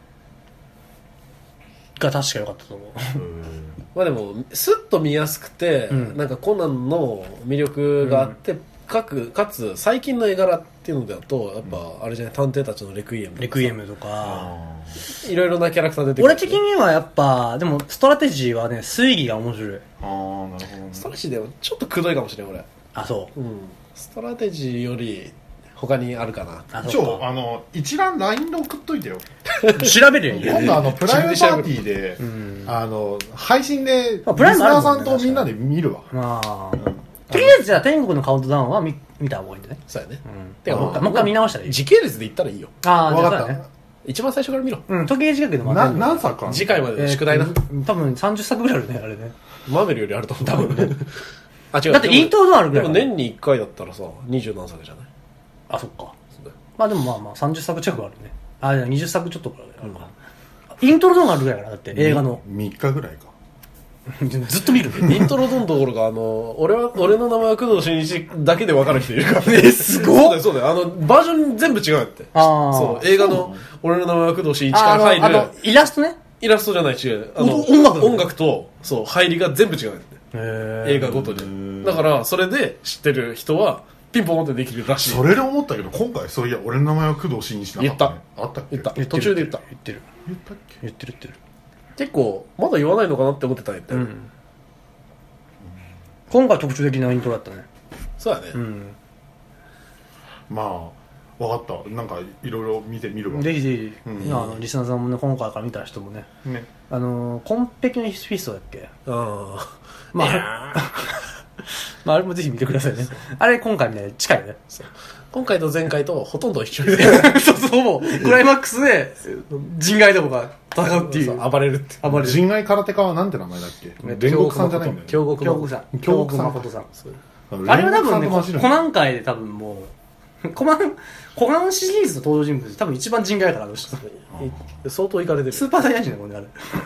が確か良かったと思うまあでもスッと見やすくてなんかコナンの魅力があってかつ最近の絵柄っていうのだとやっぱあれじゃない探偵たちのレクイエムとかいろいろなキャラクター出てくる俺的にはやっぱでもストラテジーはね推理が面白いなるほどストラテジーでもちょっとくどいかもしれん俺そうストラテジーより他にあるかな一覧 LINE で送っといてよ調べるよ今度プライムパーティーで配信でリスナーさんとみんなで見るわとりあえずじゃあ天国のカウントダウンは見た方がいいんだねそうやねてかもう一回見直したらいい時系列で言ったらいいよ分かった一番最初から見ろ時計近くでも何作か次回までの宿題な多分30作ぐらいあるねあれねマーベルよりあると思う多分ね違うだってイントロドンあるぐらいでも年に1回だったらさ20何作じゃないそっかまあでもまあ30作近くあるね20作ちょっとくらいあるかイントロドンがあるぐらいからだって映画の 3日ぐらいかずっと見るイントロドンどころか俺の名前は工藤新一だけで分かる人いるからすごいそうだよバージョン全部違うってそう映画の俺の名前は工藤新一から入るイラストねイラストじゃない違う音楽とそう入りが全部違うって映画ごとにだからそれで知ってる人はピンポンってできるらしいそれで思ったけど今回そういや俺の名前は工藤新一なかったねあったっけ途中で言った言ってる結構まだ言わないのかなって思ってたんやったよ今回特徴的なイントロだったねそうやねまあ分かったなんかいろいろ見てみるわぜひぜひリスナーさんもね今回から見た人もねコンペキのフィストだっけまああれもぜひ見てくださいねあれ今回ね近いよね今回と前回とほとんど一緒でそうもうクライマックスで人外どこが戦うっていう暴れるって人外空手家はなんて名前だっけ煉獄さんじゃないんだよね京極誠さんあれは多分ねコナン界で多分もうコナンシリーズの登場人物多分一番人外から相当いかれてるスーパーサイヤ人だもんねあれ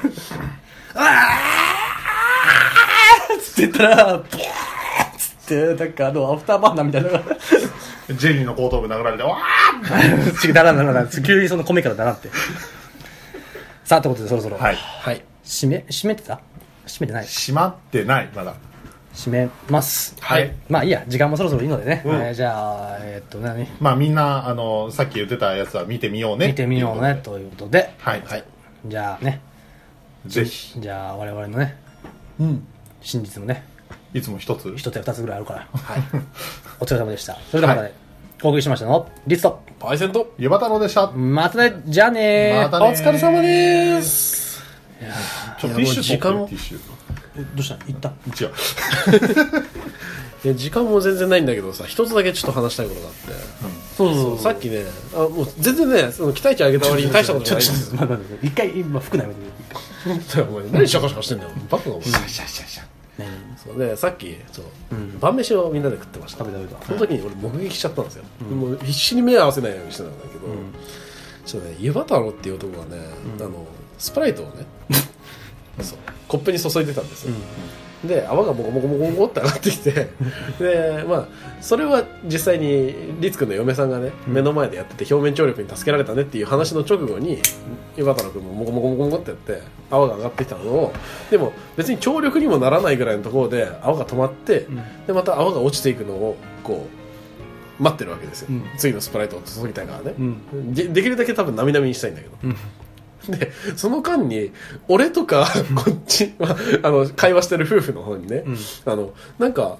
ーっつって言ったらブーッつってなんかアフターバーナーみたいなジェニーの後頭部殴られてわー違うだら急にその米からだなってさあということでそろそろはい締めてた閉めてない閉まってないまだ閉めますまあいいや時間もそろそろいいのでねじゃあ何まあみんなさっき言ってたやつは見てみようねということでじゃあねぜひじゃあ我々のね真実もねいつも一つや二つぐらいあるからお疲れ様でしたそれではまたねお送りしましたのリツとパイセンとゆば太郎でしたまたねじゃあねお疲れ様ですティッシュ取ってティッシュどうした行った違ういや時間も全然ないんだけどさ一つだけちょっと話したいことがあってそうさっきねもう全然ねその期待値上げた割に大したことないんですよ一回今服ないお前何シャカシャカしてんだよバカがお前そうでさっき晩飯をみんなで食ってましたその時に俺目撃しちゃったんですよもう必死に目合わせないようにしてたんだけどちょっとねゆば太郎っていう男がねスプライトをねコップに注いでたんですよで泡がボコボコボコボコって上がってきてでまあそれは実際に律君の嫁さんがね目の前でやってて表面張力に助けられたねっていう話の直後にゆば太郎君もボコボコボコボコってやって泡が上がってきたのをでも別に張力にもならないぐらいのところで泡が止まってでまた泡が落ちていくのをこう待ってるわけですよ次のスプライトを注ぎたいからねできるだけ多分なみなみにしたいんだけどでその間に俺とかこっち会話してる夫婦の方にね、なんか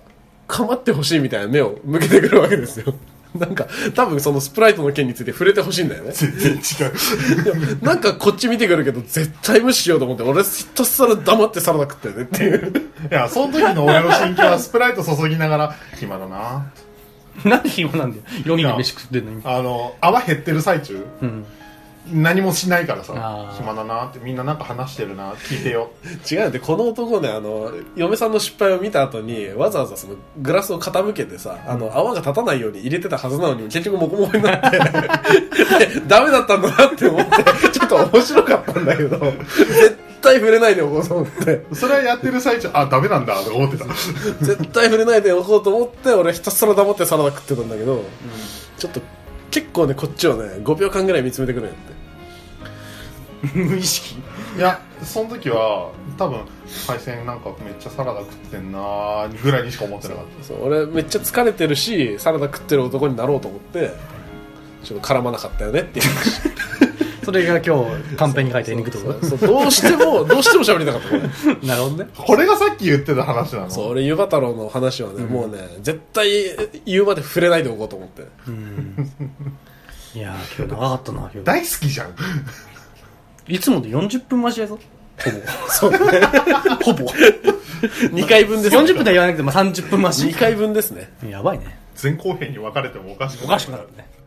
構ってほしいみたいな目を向けてくるわけですよ。なんか、多分そのスプライトの件について触れてほしいんだよね。 全然違う。 なんかこっち見てくるけど、絶対無視しようと思って、俺ひたすら黙ってサラダ食ってるねっていう。 いや、その時の俺の心境はスプライト注ぎながら、暇だな。 なんで暇なんだよ。4人で飯食ってんのに。 泡減ってる最中、何もしないからさ、 あ暇だなって、みんななんか話してるな、聞いてよ。 違うんで、この男ね、嫁さんの失敗を見た後に、わざわざそのグラスを傾けてさ、泡が立たないように入れてたはずなのに、結局モコモコになって、ダメだったんだなって思って、ちょっと面白かったんだけど、絶対触れないでおこうと思って。 それはやってる最中、あ、ダメなんだとか思ってた。 絶対触れないでおこうと思って、俺ひたすら黙ってサラダ食ってたんだけど、ちょっと、結構ね、こっちをね、5秒間ぐらい見つめてくるんやって。 無意識。 いや、その時は多分海鮮なんかめっちゃサラダ食ってんなぐらいにしか思ってなかった。 そう、俺めっちゃ疲れてるしサラダ食ってる男になろうと思ってちょっと絡まなかったよねっていう話。 それが今日カンペに書いたエンディングってこと。 どうしても喋りたかったこれ。 なるほどね。 これがさっき言ってた話なの。 そう、俺ユバ太郎の話はね、もうね絶対言うまで触れないでおこうと思って。 いやー、今日長かったな。 大好きじゃん。 いつもで40分待ちだぞ。ほぼ。 そうね。 ほぼ。 2回分です、 ね。40分では言わなくても30分待ち。 2回分ですね。 やばいね。 前後編に分かれてもおかしくなるね。